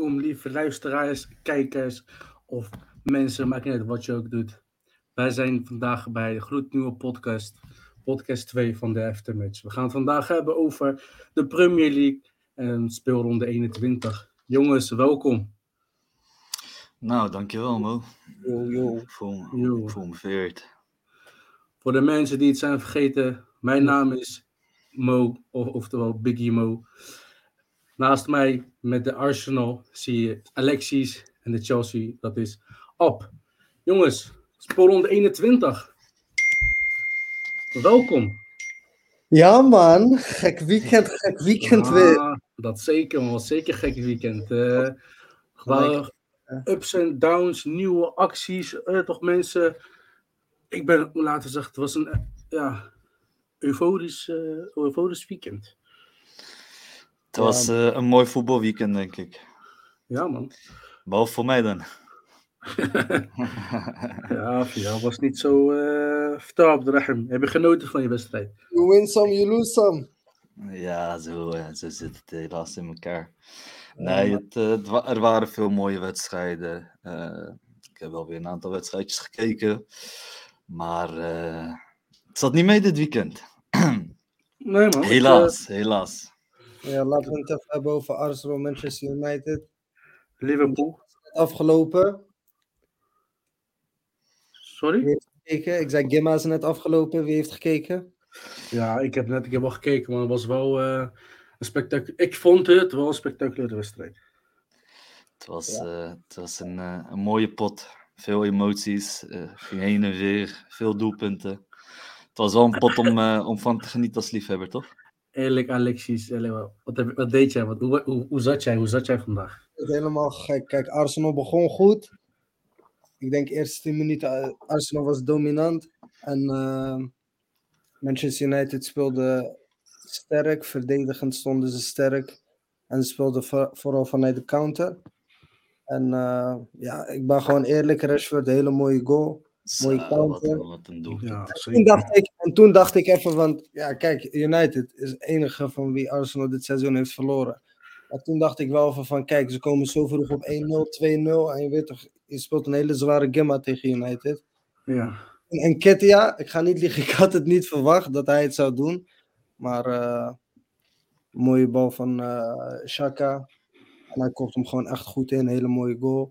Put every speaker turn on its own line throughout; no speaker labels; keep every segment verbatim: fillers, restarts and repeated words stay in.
welkom, lieve luisteraars, kijkers of mensen, maakt niet uit wat je ook doet. Wij zijn vandaag bij de gloednieuwe podcast, podcast twee van de Aftermatch. We gaan het vandaag hebben over de Premier League en speelronde eenentwintig. Jongens, welkom.
Nou, dankjewel Mo.
Yo, yo.
Ik voel,
Yo.
ik voel me vereerd.
Voor de mensen die het zijn vergeten, mijn naam is Mo, of, oftewel Biggie Mo. Naast mij met de Arsenal zie je Alexis en de Chelsea, dat is Ab. Jongens, speelronde eenentwintig. Welkom.
Ja man, gek weekend, gek weekend
Ah,
weer.
Dat zeker, man. Zeker gek weekend. Uh, gewoon ups en downs, nieuwe acties. Uh, toch mensen, ik ben, laten we zeggen, het was een uh, ja, euforisch, uh, euforisch weekend.
Het was ja. uh, een mooi voetbalweekend, denk ik.
Ja, man.
Behalve voor mij dan.
Ja, voor jou was niet zo. Uh, vertel, Abderrahim. Heb je genoten van je wedstrijd?
You win some, you lose some.
Ja, zo, zo zit het helaas in elkaar. Nee, het, uh, het wa- er waren veel mooie wedstrijden. Uh, ik heb wel weer een aantal wedstrijdjes gekeken. Maar uh, het zat niet mee dit weekend.
Nee, man.
Helaas,
het, uh...
helaas.
Ja, laten we het even hebben over Arsenal, Manchester United.
Liverpool.
Afgelopen.
Sorry?
Wie heeft gekeken? Ik zei Gimma is net afgelopen. Wie heeft gekeken?
Ja, ik heb net ik heb wel gekeken, maar het was wel uh, een spectaculair. Ik vond het wel een spectaculaire wedstrijd.
Het was, ja. uh, het was een, uh, een mooie pot. Veel emoties. Uh, ging heen en weer. Veel doelpunten. Het was wel een pot om, uh, om van te genieten als liefhebber, toch?
Eerlijk, Alexis. Wat, heb, wat deed jij? Wat, hoe, hoe, hoe zat jij? Hoe zat jij vandaag?
Het is helemaal gek. Kijk, Arsenal begon goed. Ik denk de eerste tien minuten Arsenal was dominant. En uh, Manchester United speelde sterk. Verdedigend stonden ze sterk. En ze speelden voor, vooral vanuit de counter. En uh, ja, ik ben gewoon eerlijk. Rashford, een hele mooie goal. Mooie
Zo,
counter.
wat, wat een doelpunt.
Ja,
en, toen dacht ik, en toen dacht ik even van... Ja, kijk, United is het enige van wie Arsenal dit seizoen heeft verloren. Maar toen dacht ik wel van, van kijk, ze komen zo vroeg op één nul, twee nul. En je weet toch, je speelt een hele zware gimma tegen United.
Ja.
En, en Ketia, ik ga niet liegen, ik had het niet verwacht dat hij het zou doen. Maar uh, mooie bal van uh, Xhaka. En hij kopt hem gewoon echt goed in, hele mooie goal.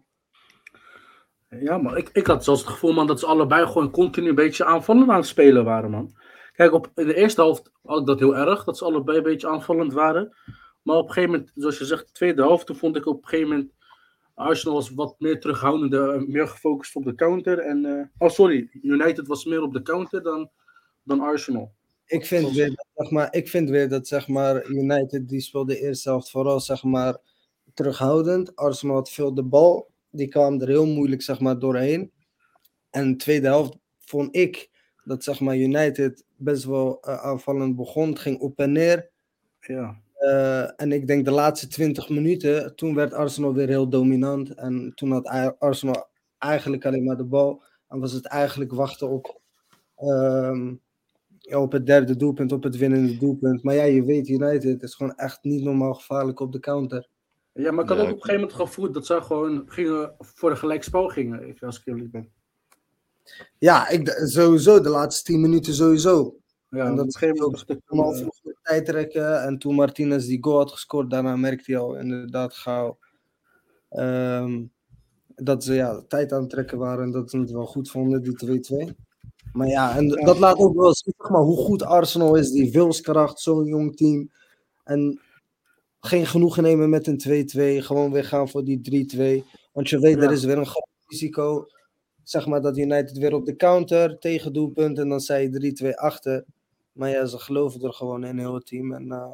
Ja, maar ik, ik had zelfs het gevoel, man, dat ze allebei gewoon continu een beetje aanvallend aan het spelen waren, man. Kijk, op, in de eerste helft had ik dat heel erg, dat ze allebei een beetje aanvallend waren. Maar op een gegeven moment, zoals je zegt, de tweede helft, toen vond ik op een gegeven moment... Arsenal was wat meer terughoudend, meer gefocust op de counter. En, uh, oh, sorry, United was meer op de counter dan, dan Arsenal.
Ik vind, weer dat, zeg maar, ik vind weer dat zeg maar, United die speelde de eerste helft vooral zeg maar, terughoudend. Arsenal had veel de bal. Die kwam er heel moeilijk zeg maar, doorheen. En de tweede helft vond ik dat zeg maar, United best wel uh, aanvallend begon. Het ging op en neer.
Ja.
Uh, en ik denk de laatste twintig minuten, toen werd Arsenal weer heel dominant. En toen had Arsenal eigenlijk alleen maar de bal. En was het eigenlijk wachten op... Um, Ja, op het derde doelpunt, op het winnende doelpunt. Maar ja, je weet, United is gewoon echt niet normaal gevaarlijk op de counter.
Ja, maar ik had
Ja,
ook op een gegeven moment gevoeld dat ze gewoon gingen voor de gelijkspel gingen, als ik eerlijk ben.
Ja, ik, sowieso, de laatste tien minuten sowieso.
Ja,
en dat
op een gegeven moment dacht ik...
allemaal vroeg de tijd trekken. En toen Martinez die goal had gescoord, daarna merkte hij al inderdaad gauw um, dat ze ja, tijd aan het trekken waren en dat ze het wel goed vonden, die twee-twee. Maar ja, en dat laat ook wel zien zeg maar, hoe goed Arsenal is, die wilskracht, zo'n jong team. En geen genoegen nemen met een twee-twee, gewoon weer gaan voor die drie-twee. Want je weet, ja. Er is weer een groot risico, zeg maar, dat United weer op de counter, tegen doelpunt, en dan sta je drie-twee achter. Maar ja, ze geloven er gewoon in, heel het team. En, uh,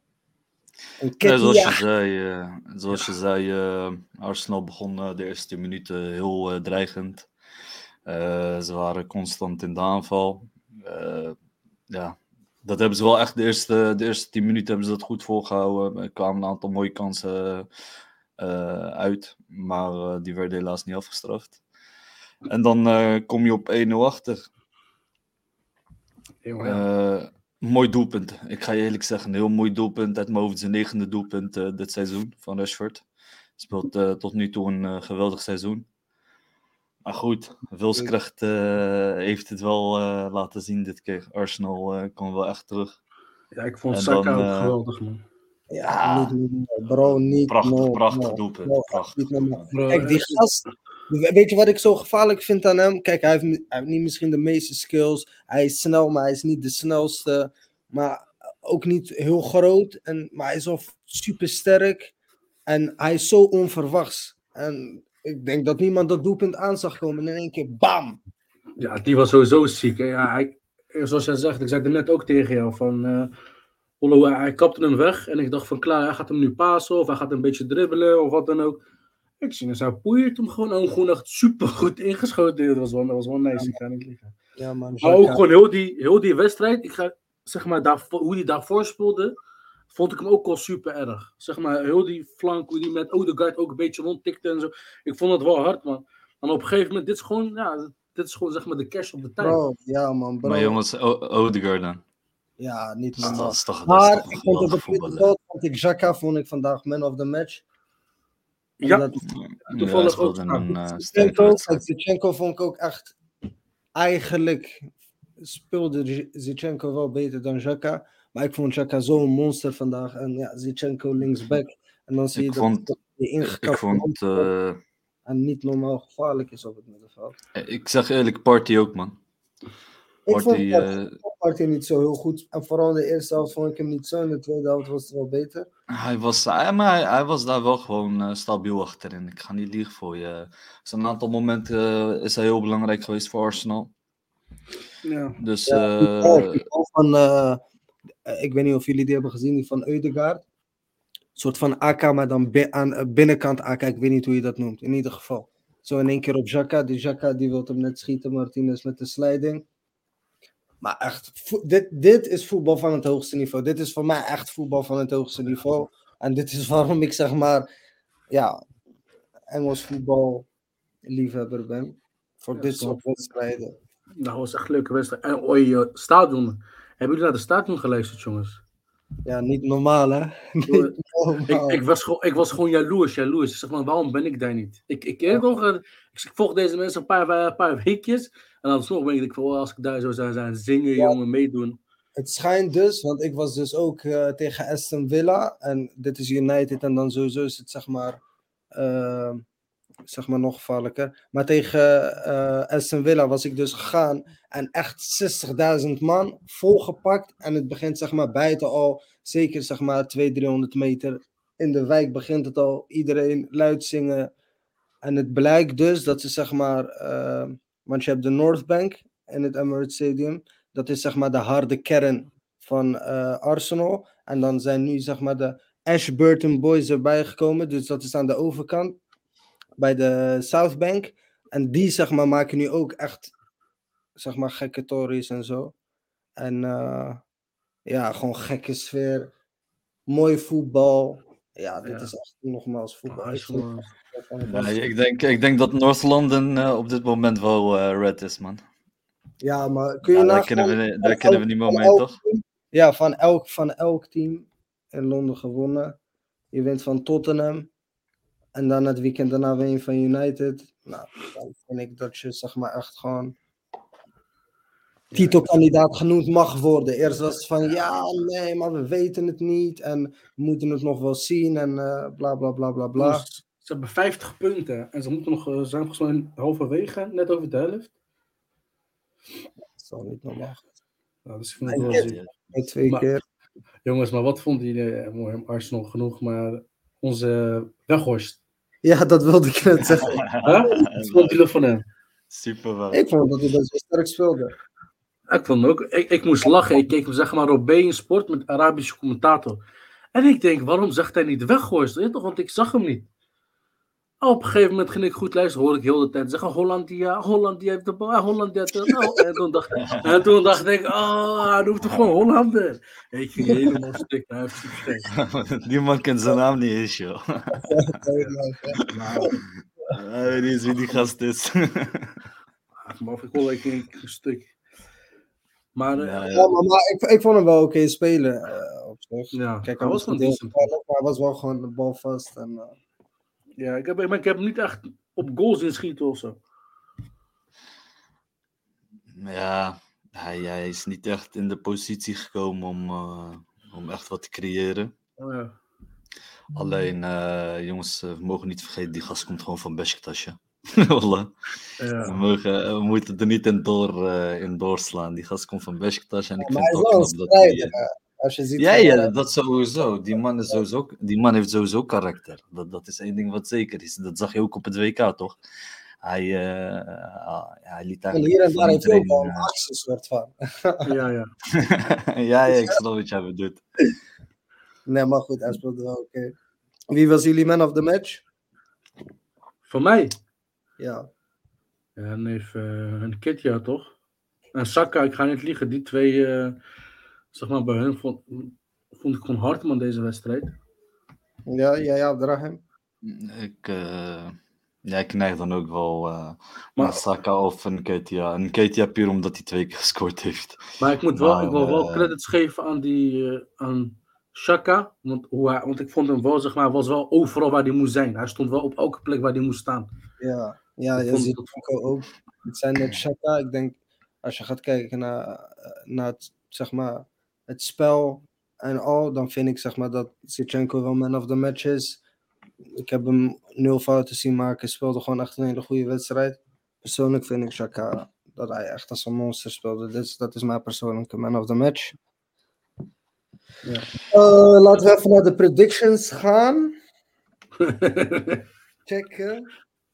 en Ketia, ja, zoals je zei, uh, zoals ja. je zei uh, Arsenal begon uh, de eerste minuten heel uh, dreigend. Uh, ze waren constant in de aanval. Uh, ja, dat hebben ze wel echt de eerste, de eerste tien minuten hebben ze dat goed volgehouden. Er kwamen een aantal mooie kansen uh, uit, maar uh, die werden helaas niet afgestraft. En dan uh, kom je op één nul achter. Uh, mooi doelpunt. Ik ga je eerlijk zeggen, een heel mooi doelpunt. Uit mijn hoofd zijn negende doelpunt uh, dit seizoen van Rashford. Speelt uh, tot nu toe een uh, geweldig seizoen. Maar goed, Wilskracht uh, heeft het wel uh, laten zien dit keer. Arsenal uh, komt wel echt terug.
Ja, ik vond Saka ook uh, geweldig, man.
Ja, niet, niet, bro, niet.
Prachtig,
no,
prachtig
no,
doelpunt.
no,
prachtig.
No. Kijk, die gast, weet je wat ik zo gevaarlijk vind aan hem? Kijk, hij heeft, hij heeft niet misschien de meeste skills. Hij is snel, maar hij is niet de snelste. Maar ook niet heel groot. En, maar hij is wel super sterk. En hij is zo onverwachts. En ik denk dat niemand dat doelpunt aan zag komen. En in één keer, bam!
Ja, die was sowieso ziek. Hè? Ja, hij, zoals jij zegt, ik zei het net ook tegen jou. Van, uh, Hollow, hij kapte hem weg. En ik dacht van, klaar, hij gaat hem nu pasen. Of hij gaat een beetje dribbelen. Of wat dan ook. Ik zie dat hij poeiert hem gewoon. En gewoon echt super goed ingeschoten. Dat was wel, dat was wel nice. Ja, ik ga niet liggen.
Ja, man.
Maar ook gewoon heel die, heel die wedstrijd. Ik ga, zeg maar, daar, hoe hij daarvoor speelde. Vond ik hem ook al super erg. Zeg maar, heel die flank, hoe die met Odegaard ook een beetje rondtikte en zo. Ik vond het wel hard, man. En op een gegeven moment, dit is gewoon, ja, dit is gewoon zeg maar de cash op de tijd.
Bro, ja man, bro.
Maar jongens, o- Odegaard dan?
Ja, niet normaal.
Dat is toch,
maar
dat is toch
ik vond het op vond ik Xhaka, vond ik vandaag man of the match. En
ja,
dat,
toevallig
ja,
ook.
Een, uh,
Zinchenko vond ik ook echt, eigenlijk speelde Zinchenko wel beter dan Xhaka. Maar ik vond Xhaka zo'n monster vandaag. En ja, Zinchenko linksback. En dan zie je
ik
dat
vond,
hij ingekapt
ik vond, uh,
en niet normaal gevaarlijk is op het middenveld.
Ik zeg eerlijk, Partey ook, man.
Ik vond
uh,
Partey niet zo heel goed. En vooral in de eerste helft vond ik hem niet zo. In de tweede helft was het wel beter.
Hij was, hij, maar hij, hij was daar wel gewoon uh, stabiel achterin. Ik ga niet liegen voor je. Dus een aantal momenten uh, is hij heel belangrijk geweest voor Arsenal.
Ja.
Dus,
ja,
uh,
die goal van, uh, ik weet niet of jullie die hebben gezien, die van Ødegaard. Een soort van A K, maar dan bi- aan uh, binnenkant A K. Ik weet niet hoe je dat noemt. In ieder geval. Zo in één keer op Xhaka. Die Xhaka die wil hem net schieten. Martinez met de sliding. Maar echt, vo- dit, dit is voetbal van het hoogste niveau. Dit is voor mij echt voetbal van het hoogste niveau. En dit is waarom ik zeg maar, ja, Engels voetbal liefhebber ben. Voor
Ja,
dit
snap.
soort wedstrijden.
Dat was echt een leuke wedstrijd. En oei, uh, stadion. Hebben jullie naar de stadion geluisterd, jongens?
Ja, niet normaal, hè? Niet normaal.
Ik, ik, was gewoon, ik was gewoon jaloers, jaloers. Ik zeg maar, waarom ben ik daar niet? Ik, ik, ik, nog, uh, ik, ik volg deze mensen een paar, een paar weekjes. En dan nog ben ik van, oh, als ik daar zo zou zijn, zingen, ja, jongen, meedoen.
Het schijnt dus, want ik was dus ook uh, tegen Aston Villa. En dit is United en dan sowieso is het zeg maar, uh, zeg maar nog gevaarlijker. Maar tegen uh, Aston Villa was ik dus gegaan. En echt zestigduizend man, volgepakt. En het begint zeg maar buiten al, zeker zeg maar tweehonderd, driehonderd meter. In de wijk begint het al, iedereen luid zingen. En het blijkt dus dat ze zeg maar, uh, want je hebt de North Bank in het Emirates Stadium. Dat is zeg maar de harde kern van uh, Arsenal. En dan zijn nu zeg maar de Ashburton Boys erbij gekomen. Dus dat is aan de overkant. Bij de South Bank. En die zeg maar maken nu ook echt zeg maar gekke tories en zo. En uh, ja, gewoon gekke sfeer. Mooi voetbal. Ja, dit ja. is echt nogmaals voetbal. Ik,
ja, ik, denk, ik denk dat North London uh, op dit moment wel uh, red is, man.
Ja, maar kun je
ja,
nagaan...
Daar kennen we, daar kennen we niet meer mee, toch?
Team, ja, van elk, van elk team in Londen gewonnen. Je wint van Tottenham. En dan het weekend daarna win je van United. Nou, dan vind ik dat je zeg maar echt gewoon... titelkandidaat genoemd mag worden. Eerst was het van, ja, nee, maar we weten het niet. En we moeten het nog wel zien. En uh, bla, bla, bla, bla, bla.
Dus, ze hebben vijftig punten. En ze moeten nog, uh, zijn volgens mij halverwege, net over de helft.
Dat is al niet normaal.
Nou, dus ik vind het wel zin.
Twee
maar,
keer.
Jongens, maar wat vonden jullie, mooi, Arsenal genoeg, maar onze Weghorst?
Ja, dat wilde ik net zeggen.
Huh? Wat vond jullie van hem?
Super wel.
Ik vond dat hij best wel sterk speelde.
Ik vond ook, ik, ik moest lachen. Ik keek hem zeg maar op B N Sport met Arabische commentator. En ik denk, waarom zegt hij niet Weghorst? Weet je toch? Want ik zag hem niet. Op een gegeven moment ging ik goed luisteren, hoor ik heel de tijd zeggen, Hollandia, Hollandia heeft de bal, Hollandia heeft de bal. En toen dacht, en toen dacht ik, oh, hij noemt toch gewoon Hollander. Ik ging helemaal stuk, hij heeft het
Die man kent zijn naam niet eens, joh. Hij weet niet eens wie die gast is.
Maar ik wil een stuk. Maar, uh,
ja, ja. maar, maar ik, ik vond hem wel oké okay spelen. Uh, op zich.
Ja,
Kijk,
hij was
wel
decent.
maar hij was wel gewoon de bal vast. En, uh...
Ja, ik heb, maar ik heb hem niet echt op goals inschieten of zo.
Ja, hij, hij is niet echt in de positie gekomen om, uh, om echt wat te creëren.
Oh, ja.
Alleen, uh, jongens, uh, we mogen niet vergeten, die gast komt gewoon van Beşiktaş, ja. Wallah.
Ja.
We, mogen, we moeten er niet in, door, uh, in doorslaan. Die gast komt van Beşiktaş en ik
Ja,
vind het ook
wel
knap dat hij... Uh...
Als je ziet
Ja,
van,
ja, dat sowieso. Die man, is sowieso. die man heeft sowieso karakter. Dat, dat is één ding wat zeker is. Dat zag je ook op het W K, toch? Hij, uh, uh, hij liet
en
eigenlijk
hier en
van
daar heeft hij ook
iedereen...
wel een
uh,
actie soort van.
Ja, ja.
ja, ja, ik snap wat jij bedoelt.
Nee, maar goed, hij speelde wel oké. Okay. Wie was jullie man of the match?
Voor mij?
Ja.
Ja, nee, uh, een Kitja, toch? En Saka, ik ga niet liegen. Die twee, uh, zeg maar, bij hun vond, vond ik gewoon hard, man, deze wedstrijd.
Ja, ja, ja, Abderrahim.
Ik, uh, ja, ik neig dan ook wel uh, naar Saka of een Ketia. Een Ketia puur omdat hij twee keer gescoord heeft.
Maar ik moet wel, maar, ik wil wel credits geven aan die, uh, aan Xhaka. Want, hoe hij, want ik vond hem wel, zeg maar, was wel overal waar hij moest zijn. Hij stond wel op elke plek waar hij moest staan.
Ja, ja, je ziet het ook. Het zijn net Xhaka. Ik denk, als je gaat kijken naar, naar het, zeg maar, het spel en al, dan vind ik, zeg maar, dat Zinchenko wel man of the match is. Ik heb hem nul fouten zien maken. Speelde gewoon echt een hele goede wedstrijd. Persoonlijk vind ik Xhaka dat hij echt als een monster speelde. Dus dat is mijn persoonlijke man of the match. Ja. Uh, laten we even naar de predictions gaan. Checken.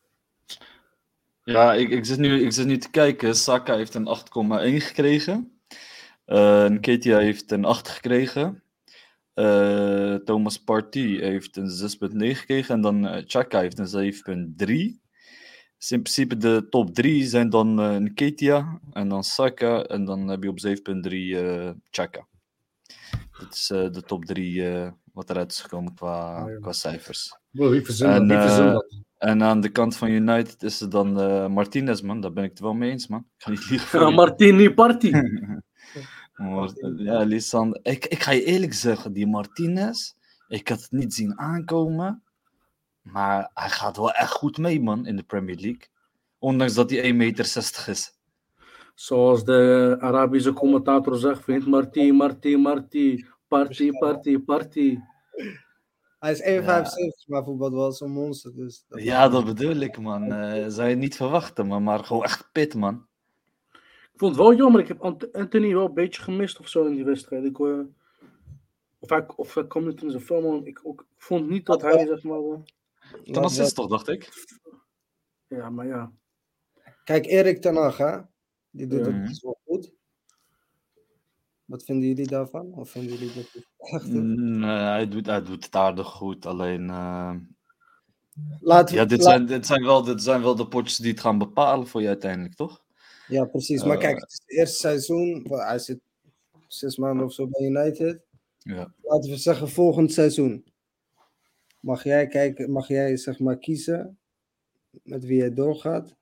Ja, ik, ik, zit nu, ik zit nu te kijken. Saka heeft een acht komma één gekregen. Uh, Nketiah heeft een acht gekregen. Uh, Thomas Partey heeft een zes komma negen gekregen. En dan uh, Xhaka heeft een zeven komma drie. Dus in principe de top drie zijn dan uh, Nketiah en dan Saka. En dan heb je op zeven komma drie uh, Xhaka. Dat is uh, de top drie uh, wat eruit is gekomen qua, oh, ja. qua cijfers.
Bro, wie verzin dat? Uh,
en aan de kant van United is er dan uh, Martinez, man. Daar ben ik het wel mee eens, man. Ik ga niet liegen
ja, Martini Party.
Maar, ja, Lisan, ik, ik ga je eerlijk zeggen, die Martinez, ik had het niet zien aankomen, maar hij gaat wel echt goed mee, man, in de Premier League. Ondanks dat hij één meter zestig is.
Zoals de Arabische commentator zegt, vriend, Marti, Marti, Marti, party, party, party.
Hij is één komma vijfenzeventig, ja. Maar voetbal was een monster. Dus
dat ja, dat bedoel ik, man. Uh, zou je niet verwachten, man, maar gewoon echt pit, man.
Ik vond het wel jammer, ik heb Anthony wel een beetje gemist of zo in die wedstrijd. Ik, uh, of, hij, of hij kwam niet in zijn film, ik, ik vond niet dat hij, zeg maar... Uh,
Ten assist toch, dacht ik?
Ja, maar ja.
Kijk, Erik ten Hag, hè? Die doet
ja.
het best wel goed. Wat vinden jullie daarvan? Of vinden jullie dat echt goed?
Nee, hij doet, hij doet het aardig goed, alleen... Uh...
Laten,
ja, dit,
laat...
zijn, dit, zijn wel, dit zijn wel de potjes die het gaan bepalen voor je uiteindelijk, toch?
Ja, precies. Maar uh... kijk, het is het eerste seizoen. Hij zit zes maanden of zo bij United.
Ja.
Laten we zeggen, volgend seizoen. Mag jij kijken, mag jij zeg maar kiezen met wie jij doorgaat?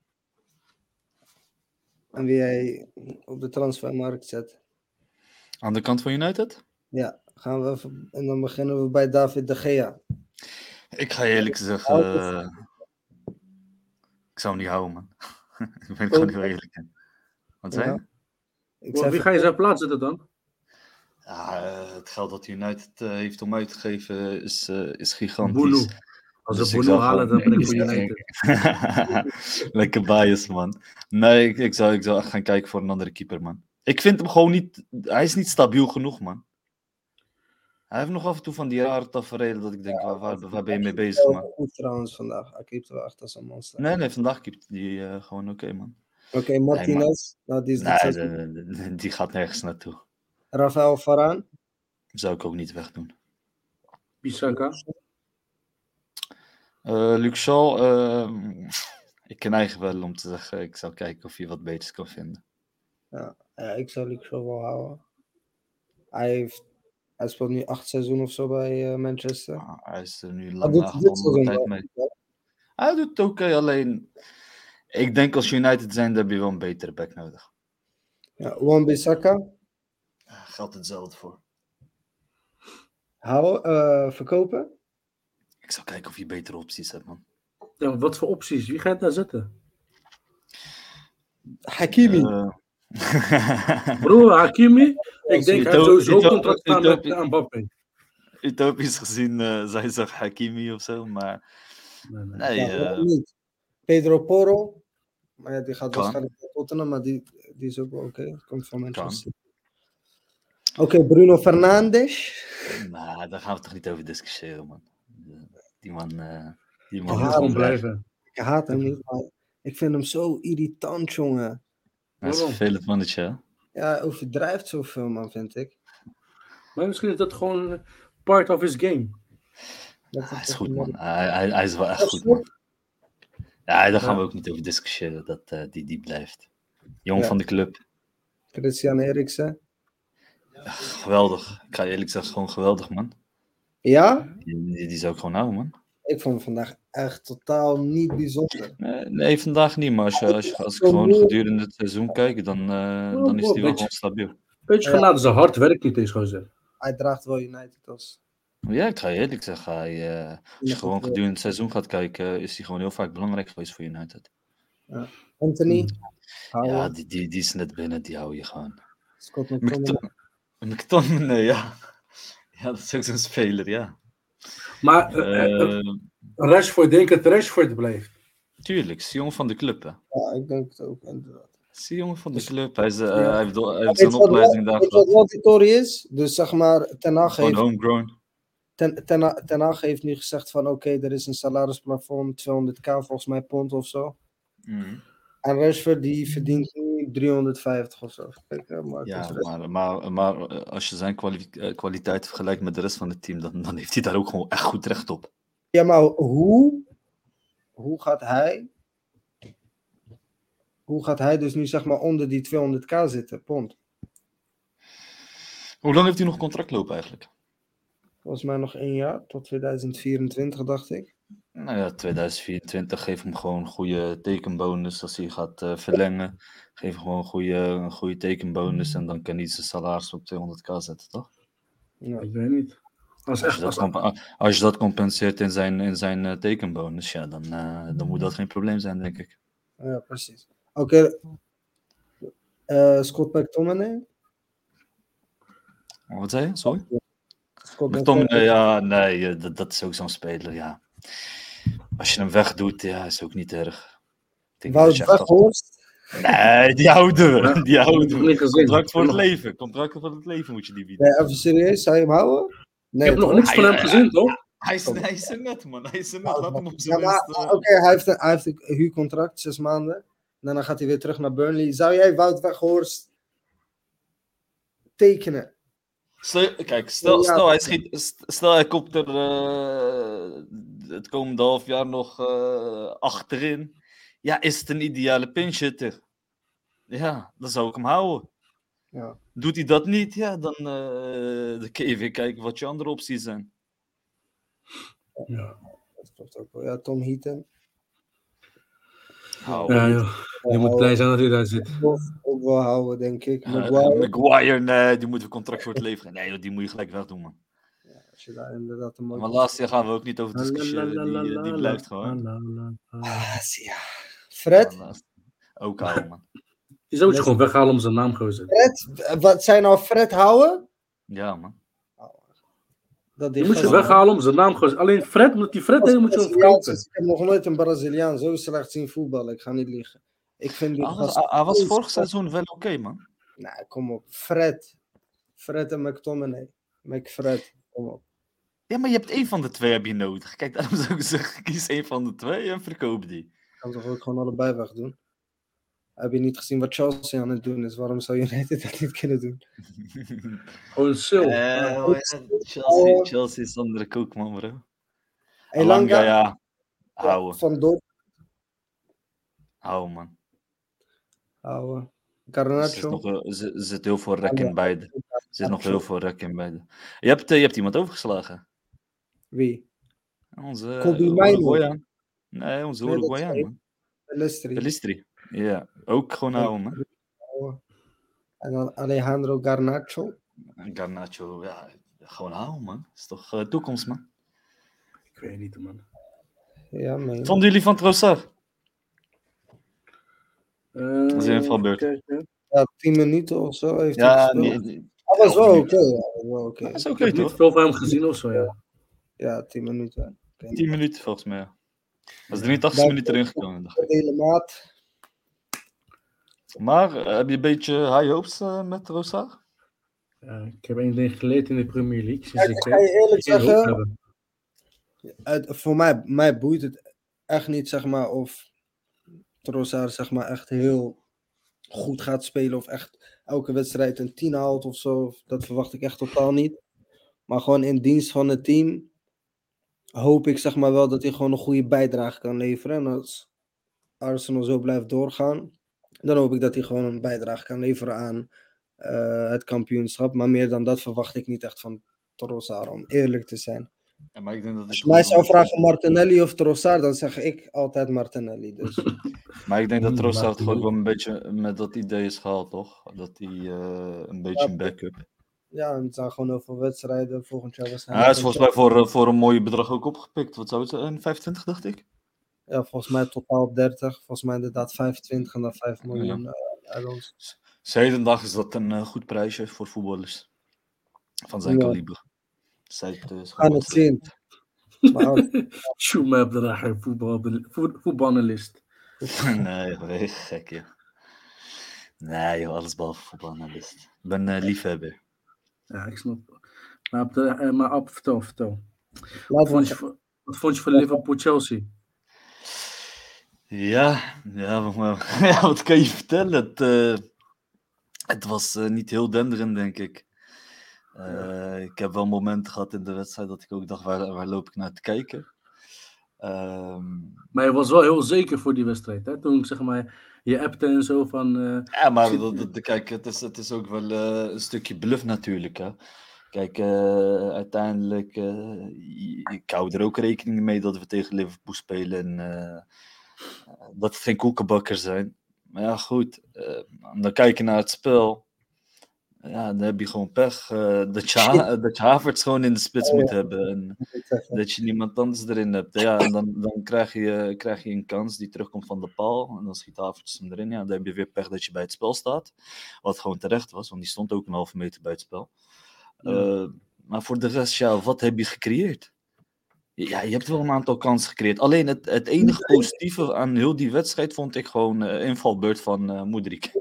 En wie jij op de transfermarkt zet?
Aan de kant van United?
Ja, gaan we even, en dan beginnen we bij David de Gea.
Ik ga je eerlijk zeggen, uh, ik zou hem niet houden, man. Ik ben gewoon heel eerlijk in. Wat zei je?
Ja. Well, wie ga je zijn plaats zetten dan?
Ja, uh, het geld dat United uh, heeft om uit te geven is, uh, is gigantisch.
Boenu. Als dus ze Boenu halen, dan ben ik voor United.
Lekker bias, man. Nee, ik, ik, zou, ik zou echt gaan kijken voor een andere keeper, man. Ik vind hem gewoon niet... Hij is niet stabiel genoeg, man. Hij heeft nog af en toe van die rare tafereelen dat ik denk, ja, waar, waar, waar ben je mee bezig, man?
Goed trouwens vandaag. Hij keept wel echt als een monster.
Nee, nee, vandaag keept hij uh, gewoon oké, okay, man.
Oké, okay, Martinez. Nee, nou, die, is
nee, de, de, de, die gaat nergens naartoe.
Rafael Varane.
Zou ik ook niet wegdoen.
Bissaka.
Uh, Luke Shaw, uh, ik ken eigenlijk wel om te zeggen, ik zou kijken of je wat beters kan vinden.
Ja, ja ik zou Luke Shaw wel houden. Hij, heeft, hij speelt nu acht seizoenen of zo bij uh, Manchester.
Ah, hij is er nu lang achter tijd mee. Ja. Hij doet het oké, okay, alleen ik denk als United zijn, dan heb je wel een betere back nodig.
Ja, Wan-Bissaka.
Geldt hetzelfde voor.
Hou, uh, verkopen?
Ik zou kijken of je betere opties hebt, man.
Ja, wat voor opties? Wie gaat daar zitten?
Hakimi.
Uh...
Broer, Hakimi? Ik denk hij heeft sowieso
Utop-
contract staan met
Utop-
uh, Mbappé.
Utopisch gezien uh, zou je zeggen Hakimi of zo, maar
Nee, nee.
nee,
Ja, waarom
uh,
niet? Pedro Porro. Maar ja, die gaat
Kan.
waarschijnlijk naar Tottenham, maar die, die is ook wel oké. Okay. Komt van
kan.
Manchester. Oké, okay, Bruno Fernandes.
Nou, daar gaan we toch niet over discussiëren, man. Die man, uh, die man
Ik
moet
haat
gewoon
hem
blijven.
blijven.
Ik haat hem niet, maar ik vind hem zo irritant, jongen.
Hij is een
Waarom?
vervelend mannetje, hè?
Ja, hij overdrijft zoveel, man, vind ik.
Maar misschien is dat gewoon part of his game.
Dat
Hij
is
is
toch
goed,
een-
man. Hij, hij, hij is wel echt
Dat
goed,
is
man. Ja, daar gaan
Ja.
we ook niet over discussiëren, dat uh, die, die blijft. Jong
Ja.
van de club.
Christian Eriksen.
Geweldig. Ik ga je eerlijk zeggen, gewoon geweldig, man.
Ja?
Die, die, die zou ik gewoon houden, man.
Ik vond hem vandaag echt totaal niet bijzonder.
Nee, nee, vandaag niet, maar als, je, als, je, als ik gewoon gedurende het seizoen kijk, dan, uh, dan is die wel gewoon stabiel.
Weet je,
Ja.
genade, zijn hard werkt niet eens, gozer.
Hij draagt wel United als...
Ja, ik ga je eerlijk zeggen, hij, uh, als je gewoon gedurende het seizoen gaat kijken, is hij gewoon heel vaak belangrijk geweest voor United.
Ja. Anthony?
Hmm.
Ja, die, die, die is net binnen, die hou je gewoon.
Scott McTominay.
McTominay, ja. Ja, dat is ook zo'n speler, ja.
Maar uh, uh, Rashford, denk dat Rashford blijft.
Tuurlijk, is de jongen van de club, hè.
Ja, ik denk het ook, inderdaad.
Is de jongen van de club. Hij, is, uh,
Ja.
hij heeft, hij heeft zijn opleiding daar
gehad. Weet je wat Montitori is? Dus zeg maar, Ten Hag
Gewoon
heeft...
homegrown.
Ten, ten, ten Hag heeft nu gezegd van, oké, okay, er is een salarisplafond, tweehonderd k volgens mij pond of zo.
Mm.
En Rashford die verdient nu driehonderdvijftig of zo. Kijk, maar
ja, maar, maar, maar als je zijn kwali- kwaliteit vergelijkt met de rest van het team, dan, dan heeft hij daar ook gewoon echt goed recht op.
Ja, maar hoe, hoe gaat hij, hoe gaat hij dus nu zeg maar onder die tweehonderd k zitten, pond?
Hoe lang heeft hij nog contract lopen eigenlijk?
Volgens mij nog één jaar, tot tweeduizend vierentwintig dacht ik.
Nou ja, tweeduizend vierentwintig, geef hem gewoon een goede tekenbonus als hij gaat uh, verlengen. Geef hem gewoon een goede, een goede tekenbonus en dan kan hij zijn salaris op tweehonderd k zetten, toch?
Ja, ik weet niet. Als,
Als,
echt,
je, dat
als,
comp- als je dat compenseert in zijn, in zijn uh, tekenbonus, ja, dan, uh, dan moet dat geen probleem zijn, denk ik.
Ja, precies. Oké, okay. uh, Scott McTominay?
Wat zei je? Sorry?
Scott
McTominay, ja, nee, dat, dat is ook zo'n speler, ja. Als je hem wegdoet, ja, is ook niet erg.
Wout Weghorst?
Nee, die houden we. Die houden we. Contract voor het
nog...
leven. Contract voor het leven moet je die bieden.
Nee, even serieus, zou je hem houden?
Nee, ik heb nog niks van hem gezien, toch?
Hij is, hij is er net, man. Hij is er net. Laat hem op zijn
ja,
minst...
Uh... Oké, okay, hij, hij heeft een huurcontract, zes maanden. En dan gaat hij weer terug naar Burnley. Zou jij Wout Weghorst tekenen?
Stel, kijk, stel, stel, hij schiet, stel hij komt er uh, het komende half jaar nog uh, achterin. Ja, is het een ideale pinchitter? Ja, dan zou ik hem houden.
Ja.
Doet hij dat niet, ja, dan, uh, dan kun je weer kijken wat je andere opties zijn.
Ja, dat klopt ook wel. Ja, Tom Heaton.
Houden.
Ja, joh. Je moet blij zijn dat hij daar zit.
Ook wel houden, denk ik.
Maguire, uh, Maguire nee, die moet een contract voor het leven. Nee, joh, die moet je gelijk wegdoen, man.
Ja, als je daar inderdaad een mooie...
Maar laatst jaar gaan we ook niet over discussiëren. Die, die blijft gewoon.
Ah, ja. Fred?
Ook houden, man.
Die zou je gewoon weghalen om zijn naam gozer.
Fred? Wat zijn nou Fred houden?
Ja, man.
Dat die je moet je weghalen om zijn naam gozer. Alleen Fred, omdat die Fred helemaal moet je verkopen.
Ik heb nog nooit een Braziliaan zo slecht zien voetballen. Ik ga niet liegen. Ik vind die
hij was, gast... hij was vorig seizoen wel oké, okay, man.
Nou, kom op. Fred. Fred en McTominay. McFred, kom op.
Ja, maar je hebt één van de twee heb je nodig. Kijk, daarom zou ik zeggen, kies één van de twee en verkoop die.
Ik kan toch ook gewoon allebei wegdoen? Heb je niet gezien wat Chelsea aan het doen is? Waarom zou United dat niet kunnen doen?
Gewoon sil.
Uh, ja, Chelsea, Chelsea is andere koek, man, bro.
Elanga,
ja. Houden.
Van Dorp.
Houden, man.
Houden. Garnacho.
Er zit, zit heel veel rek in beide. Er zit nog heel veel rek in beide. Je hebt, uh, je hebt iemand overgeslagen.
Wie?
Onze Uruguayan. Nee, onze
nee,
Uruguayan, man.
Pelistri.
Pelistri. Ja, ook gewoon houden, man.
En dan Alejandro Garnacho.
Garnacho, ja, gewoon houden, man. Dat is toch uh, toekomst, man.
Ik weet niet, man.
Ja, meen.
Wat vonden jullie van Trossard?
Uh,
Dat is een invalbeurt.
Ja, tien minuten of zo heeft
ja,
hij gespeeld.
Nee, nee.
Dat was wel oké. Okay, ja, okay.
Dat is oké,
okay,
toch?
Ik heb niet veel van hem gezien of zo, ja.
Ja, tien minuten.
Okay. tien minuten volgens mij, ja. Dat is drieëntachtig minuten erin gekomen.
De hele maat.
Maar, uh, heb je een beetje high hopes uh, met Trossard?
Ja, ik heb één ding geleerd in de Premier League. Sinds
ja,
ik
ga je eerlijk zeggen,
het,
voor mij, mij boeit het echt niet, zeg maar, of Trossard, zeg maar, echt heel goed gaat spelen of echt elke wedstrijd een tien haalt of zo. Dat verwacht ik echt totaal niet. Maar gewoon in dienst van het team hoop ik, zeg maar, wel dat hij gewoon een goede bijdrage kan leveren. En als Arsenal zo blijft doorgaan, dan hoop ik dat hij gewoon een bijdrage kan leveren aan uh, het kampioenschap. Maar meer dan dat verwacht ik niet echt van Trossard, om eerlijk te zijn.
Ja, maar ik denk dat
Als je mij zou vragen Martinelli of Trossard, dan zeg ik altijd Martinelli. Dus.
Maar ik denk dat Trossard gewoon wel een beetje met dat idee is gehaald, toch? Dat hij uh, een beetje
ja,
een backup.
Ja, en het zijn gewoon heel veel wedstrijden volgend jaar.
Ja, hij is volgens mij voor, voor een mooie bedrag ook opgepikt. Wat zou het zijn? vijfentwintig, dacht ik?
Ja, volgens mij totaal dertig. Volgens mij inderdaad vijfentwintig en dan vijf miljoen. Ja. Uh,
Zedendag is dat een uh, goed prijsje voor voetballers. Van zijn ja. kaliber. Zij
gaan het zien.
Schumacher, voetbalanalist.
Nee, joh, gek ja. Nee joh, alles behalve voetbalanalist. Ik ben uh, liefhebber.
Ja, ik snap. Maar op, de, uh, maar op vertel, vertel. Wat vond, je, wat vond je van Liverpool-Chelsea?
Ja, ja, maar, ja, wat kan je vertellen? Het, uh, het was uh, niet heel denderend, denk ik. Uh, ja. Ik heb wel momenten gehad in de wedstrijd dat ik ook dacht, waar, waar loop ik naar te kijken? Um...
Maar je was wel heel zeker voor die wedstrijd, hè? Toen, zeg maar, je appte en zo van... Uh,
ja, maar zit... dat, dat, kijk, het is, het is ook wel uh, een stukje bluff natuurlijk, hè? Kijk, uh, uiteindelijk, uh, ik hou er ook rekening mee dat we tegen Liverpool spelen en uh, dat het geen koekenbakker zijn. Maar ja, goed, uh, dan kijk je naar het spel. Ja, dan heb je gewoon pech. Uh, dat, je ha- dat je Havertz gewoon in de spits moet hebben. En dat je niemand anders erin hebt. Ja, en dan, dan krijg, je, krijg je een kans die terugkomt van de paal. En dan schiet Havertz hem erin. Ja, dan heb je weer pech dat je bij het spel staat. Wat gewoon terecht was, want die stond ook een halve meter bij het spel. Uh, maar voor de rest, ja, wat heb je gecreëerd? Ja, je hebt wel een aantal kansen gecreëerd. Alleen het, het enige positieve aan heel die wedstrijd vond ik gewoon uh, invalbeurt van uh, Mudryk.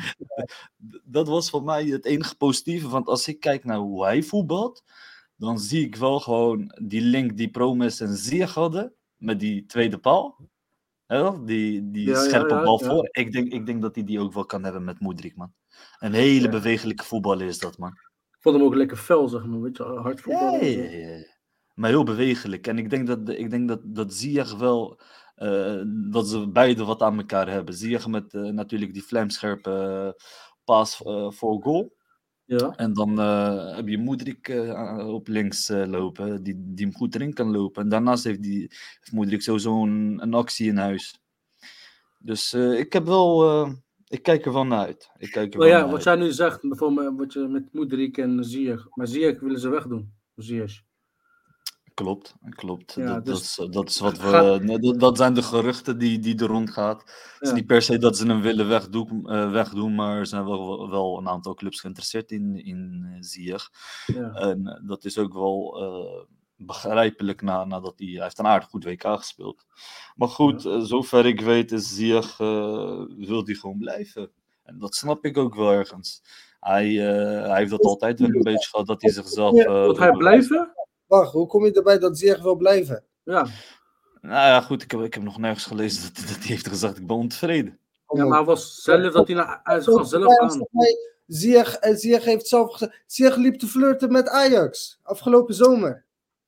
Dat was voor mij het enige positieve. Want als ik kijk naar hoe hij voetbalt, dan zie ik wel gewoon die link die Promes en Ziyech hadden met die tweede paal. He, die die ja, scherpe ja, ja, bal ja. voor. Ik denk, ik denk dat hij die ook wel kan hebben met Mudryk, man. Een hele ja. bewegelijke voetballer is dat, man.
Ik vond hem ook lekker fel, zeg maar. Weet je, hard voetballen.
Ja, ja, ja. Maar heel bewegelijk. En ik denk dat, ik denk dat, dat Ziyech wel... Uh, dat ze beide wat aan elkaar hebben. Ziyech met uh, natuurlijk die vlijmscherpe uh, paas uh, voor goal.
Ja.
En dan uh, heb je Mudryk uh, op links uh, lopen, die, die hem goed erin kan lopen. En daarnaast heeft, die, heeft Mudryk sowieso een, een actie in huis. Dus uh, ik heb wel... Uh, ik kijk er wel naar uit. Ik kijk er
well,
wel
ja,
naar
wat
uit.
jij nu zegt, bijvoorbeeld wat je met Mudryk en Ziyech. Maar Ziyech willen ze wegdoen. Ziyech.
Klopt, klopt.
Ja,
dat,
dus
dat, is, dat is wat we.
ga...
Dat, dat zijn de geruchten die, die er rondgaan. Het is ja. niet per se dat ze hem willen wegdoen, uh, wegdoen maar er zijn wel, wel een aantal clubs geïnteresseerd in, in uh, Ziyech.
Ja.
En dat is ook wel uh, begrijpelijk na, nadat hij, hij heeft een aardig goed W K gespeeld. Maar goed, ja. uh, zover ik weet is Ziyech uh, wil hij gewoon blijven. En dat snap ik ook wel ergens. Hij, uh, hij heeft dat altijd wel een beetje gehad dat hij zichzelf. Uh,
wil hij blijven?
Wacht, hoe kom je erbij dat Ziyech wil blijven?
Ja.
Nou ja, goed, ik heb, ik heb nog nergens gelezen dat, dat hij heeft gezegd, ik ben ontevreden.
Ja, maar hij was zelf dat hij naar hij gaf zelf aan.
Ziyech, Ziyech heeft zelf gezegd, Ziyech liep te flirten met Ajax afgelopen zomer.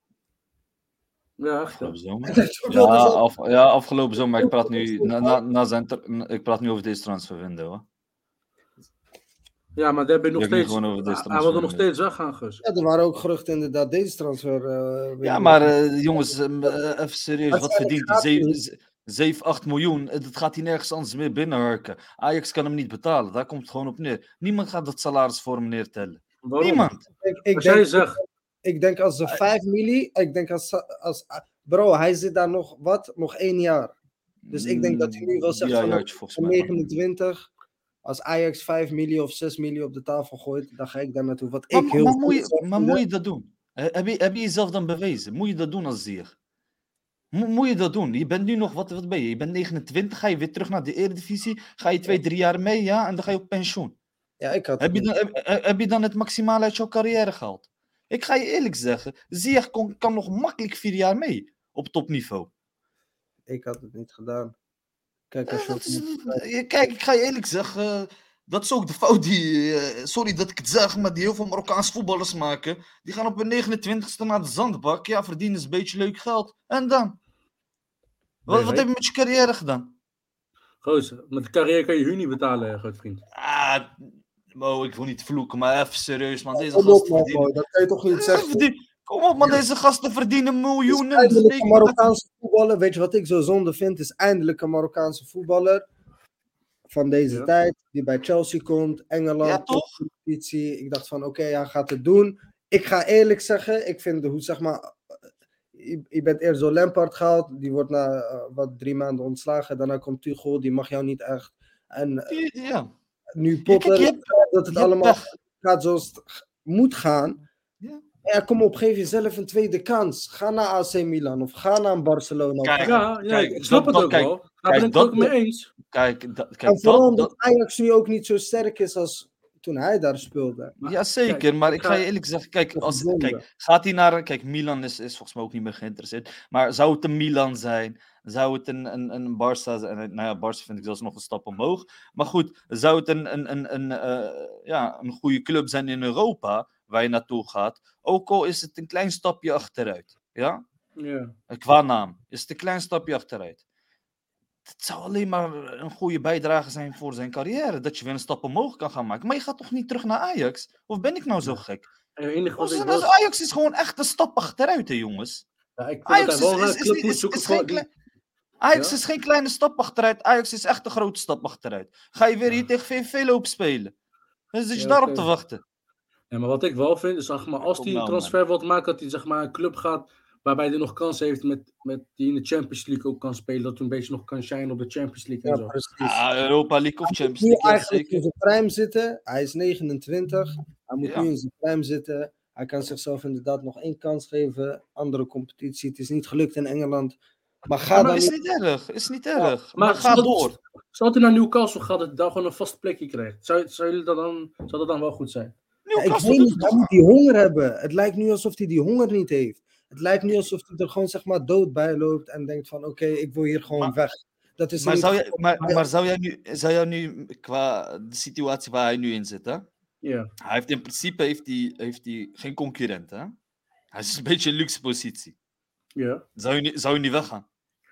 Ja,
afgelopen zomer. Ja, af, ja, afgelopen zomer, maar ik praat nu, na, na, na zijn, ik praat nu over deze transferwindow, hoor.
Ja, maar daar ben je nog steeds. Hij wilde nog steeds weggaan, Gus.
Ja, er waren ook geruchten inderdaad deze transfer. Uh,
ja, maar uh, jongens, uh, even serieus, wat, wat verdient hij? zeven, acht miljoen, dat gaat hij nergens anders meer binnenharken. Ajax kan hem niet betalen, daar komt het gewoon op neer. Niemand gaat dat salaris voor hem neertellen.
Waarom?
Niemand.
Ik, ik,
als
denk,
jij zegt...
ik denk als ze vijf miljoen, ik denk als, als bro, hij zit daar nog, wat? Nog één jaar. Dus ik denk dat hij nu wel zegt
ja,
van
jaartje, volgens mij,
negenentwintig, als Ajax vijf miljoen of zes miljoen op de tafel gooit, dan ga ik daar naartoe. Wat
Maar,
ik heel
maar, moet
goed
je,
zou
maar
vinden.
moet je dat doen? He- Heb je, heb je jezelf dan bewezen? Moet je dat doen als Ziyech? Mo- moet je dat doen? Je bent nu nog, wat, wat ben je? Je bent negenentwintig, ga je weer terug naar de Eredivisie, ga je twee, drie jaar mee, ja, en dan ga je op pensioen.
Ja, ik had
Heb je,
het
dan, heb, heb je dan het maximale uit jouw carrière gehaald? Ik ga je eerlijk zeggen, Ziyech kon, kan nog makkelijk vier jaar mee op topniveau.
niet- ik had het niet gedaan. Kijk, als
Eh,
je
dat is- eh, Kijk, ik ga je eerlijk zeggen, eh, dat is ook de fout die, eh, sorry dat ik het zeg, maar die heel veel Marokkaanse voetballers maken. Die gaan op hun negenentwintigste naar de zandbak, ja, verdienen ze een beetje leuk geld. En dan? Wat,
Nee,
wat
nee.
heb je met je carrière gedaan?
Gozer, met de carrière kan je huur niet betalen, eh, groot vriend.
Ah, Mo, ik wil niet vloeken, maar even serieus, man. Deze
Kom op,
gasten
man,
verdienen...
dat kan je toch niet
Eh,
zeggen?
verdien- Kom op, man, deze gasten verdienen miljoenen.
Eindelijk een
Betekent dat-
Marokkaanse voetballer. Weet je wat ik zo zonde vind? Is eindelijk een Marokkaanse voetballer van deze
Ja.
tijd. Die bij Chelsea komt. Engeland.
Ja, toch?
Topcompetitie. Ik dacht van oké, hij gaat het doen. Ik ga eerlijk zeggen. Ik vind hoe zeg maar. Je, je bent eerst door Lampard gehaald. Die wordt na uh, wat drie maanden ontslagen. Daarna komt Tuchel. Die mag jou niet echt. En uh,
Die- Ja.
nu Potter.
kijk, je hebt-
dat het
je hebt
allemaal
pech.
gaat zoals het g- moet gaan.
Ja.
Ja, kom op, geef jezelf een tweede kans. Ga naar A C Milan of ga naar Barcelona.
Kijk,
Of ga-
Ja, ja
kijk,
ik snap
dat-
het
dat-
ook
kijk,
wel. Daar
kijk,
ben ik het
dat-
ook mee eens.
Kijk, dat,
en
kijk
vooral
dat,
omdat
dat,
Ajax nu ook niet zo sterk is als toen hij daar speelde.
Maar
ja, zeker.
kijk,
maar
ik
ik ga je
ga-
eerlijk zeggen, kijk,
Toch
als,
zonde.
kijk gaat hij naar... Kijk, Milan is, is volgens mij ook niet meer geïnteresseerd. Maar zou het een Milan zijn? Zou het een, een, een Barça zijn? Nou ja, Barça vind ik zelfs nog een stap omhoog. Maar goed, zou het een, een, een, een, eh, ja, een goede club zijn in Europa, waar je naartoe gaat? Ook al is het een klein stapje achteruit. Ja?
Ja.
Qua naam. Is het een klein stapje achteruit. Het zou alleen maar een goede bijdrage zijn voor zijn carrière. Dat je weer een stap omhoog kan gaan maken. Maar je gaat toch niet terug naar Ajax? Of ben ik nou zo gek?
En het enige wat
Ons-
ik wel...
Ajax is gewoon echt een stap achteruit, hè, jongens.
Ja, ik vind
Ajax
dat
is,
hij wel
is,
een
is,
club
niet-
moet
is,
zoeken
is
voor
geen
die-
klein... Ajax
Ja?
is geen kleine stap achteruit. Ajax is echt een grote stap achteruit. Ga je weer hier tegen V V lopen spelen? Dan zit je
Ja,
daarop
oké.
te wachten.
Ja, maar wat ik wel vind, is zeg maar, als
Kom
hij een
nou,
transfer wilt maken, dat hij zeg maar, een club gaat waarbij hij nog kans heeft met, met die in de Champions League ook kan spelen. Dat hij een beetje nog kan shinen op de Champions League en
Ja,
zo.
precies.
Ah, Europa League of Champions
Nu
League, ja,
eigenlijk in
zeker.
zijn prime zitten. Hij is negenentwintig. Hij moet
Ja.
nu in zijn prime zitten. Hij kan zichzelf inderdaad nog één kans geven. Andere competitie. Het is niet gelukt in Engeland. Maar ga
Ja, maar
dan
is
niet...
niet erg. Is niet erg.
Maar
Maar ga
stel-
door.
Stel hij naar Newcastle gaat, dat hij daar gewoon een vast plekje krijgt. Zou, zou, jullie dat dan, zou dat dan wel goed zijn?
Ja, ik
Newcastle
weet
doet
niet,
het
hij
toch?
moet die honger hebben. Het lijkt nu alsof hij die honger niet heeft. Het lijkt nu alsof hij er gewoon zeg maar dood bij loopt en denkt van oké, ik wil hier gewoon
Maar-
weg. Dat is
Maar,
in
zou,
ieder
je,
geval-
maar, maar zou, jij nu, zou jij nu, qua de situatie waar hij nu in zit, hè?
Ja.
Hij heeft in principe heeft hij, heeft hij geen concurrent, hè? Hij is een beetje in een luxe positie.
Ja.
Zou je, niet- zou je niet weggaan?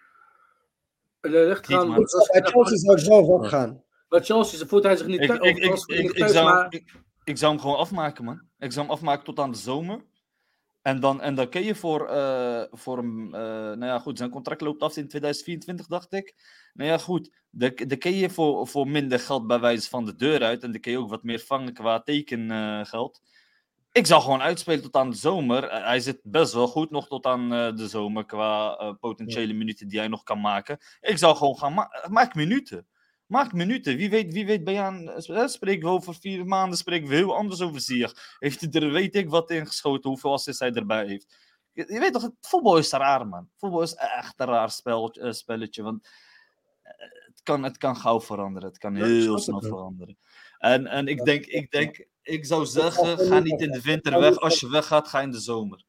En de recht
Niet,
gaan,
man.
als, als,
Bij Chelsea zou ik wel weggaan.
bij Chelsea voelt hij zich niet
Ik,
thuis.
ik,
of
ik,
als-
ik,
niet
ik,
thuis,
zou,
maar-
ik, ik zou hem gewoon afmaken, man. Ik zou hem afmaken tot aan de zomer. En dan, en dan kun je voor, eh, voor hem... eh, nou ja, goed, zijn contract loopt af in tweeduizend vierentwintig, dacht ik. Nou ja, goed. Dan, dan kun je voor, voor minder geld bij wijze van de deur uit. En dan kun je ook wat meer vangen qua tekengeld. Ik zou gewoon uitspelen tot aan de zomer. Eh, hij zit best wel goed nog tot aan eh, de zomer qua eh, potentiële minuten die hij nog kan maken. Ik zou gewoon gaan maken. Maak minuten. Maak minuten. Wie weet, wie weet ben je aan... eh, Spreken we over vier maanden, spreken we heel anders over Ziyech. Heeft hij er, weet ik wat, ingeschoten, hoeveel assists hij erbij heeft. Je, je weet toch, het voetbal is raar, man. Voetbal is echt een raar spel, eh, spelletje, want eh, het kan, het kan gauw veranderen. Het kan
Ja, ik
heel
snap
snel
het wel.
veranderen. En, en ik denk, ik denk, ik zou zeggen, ga niet in de winter weg. Als je weggaat, ga in de zomer.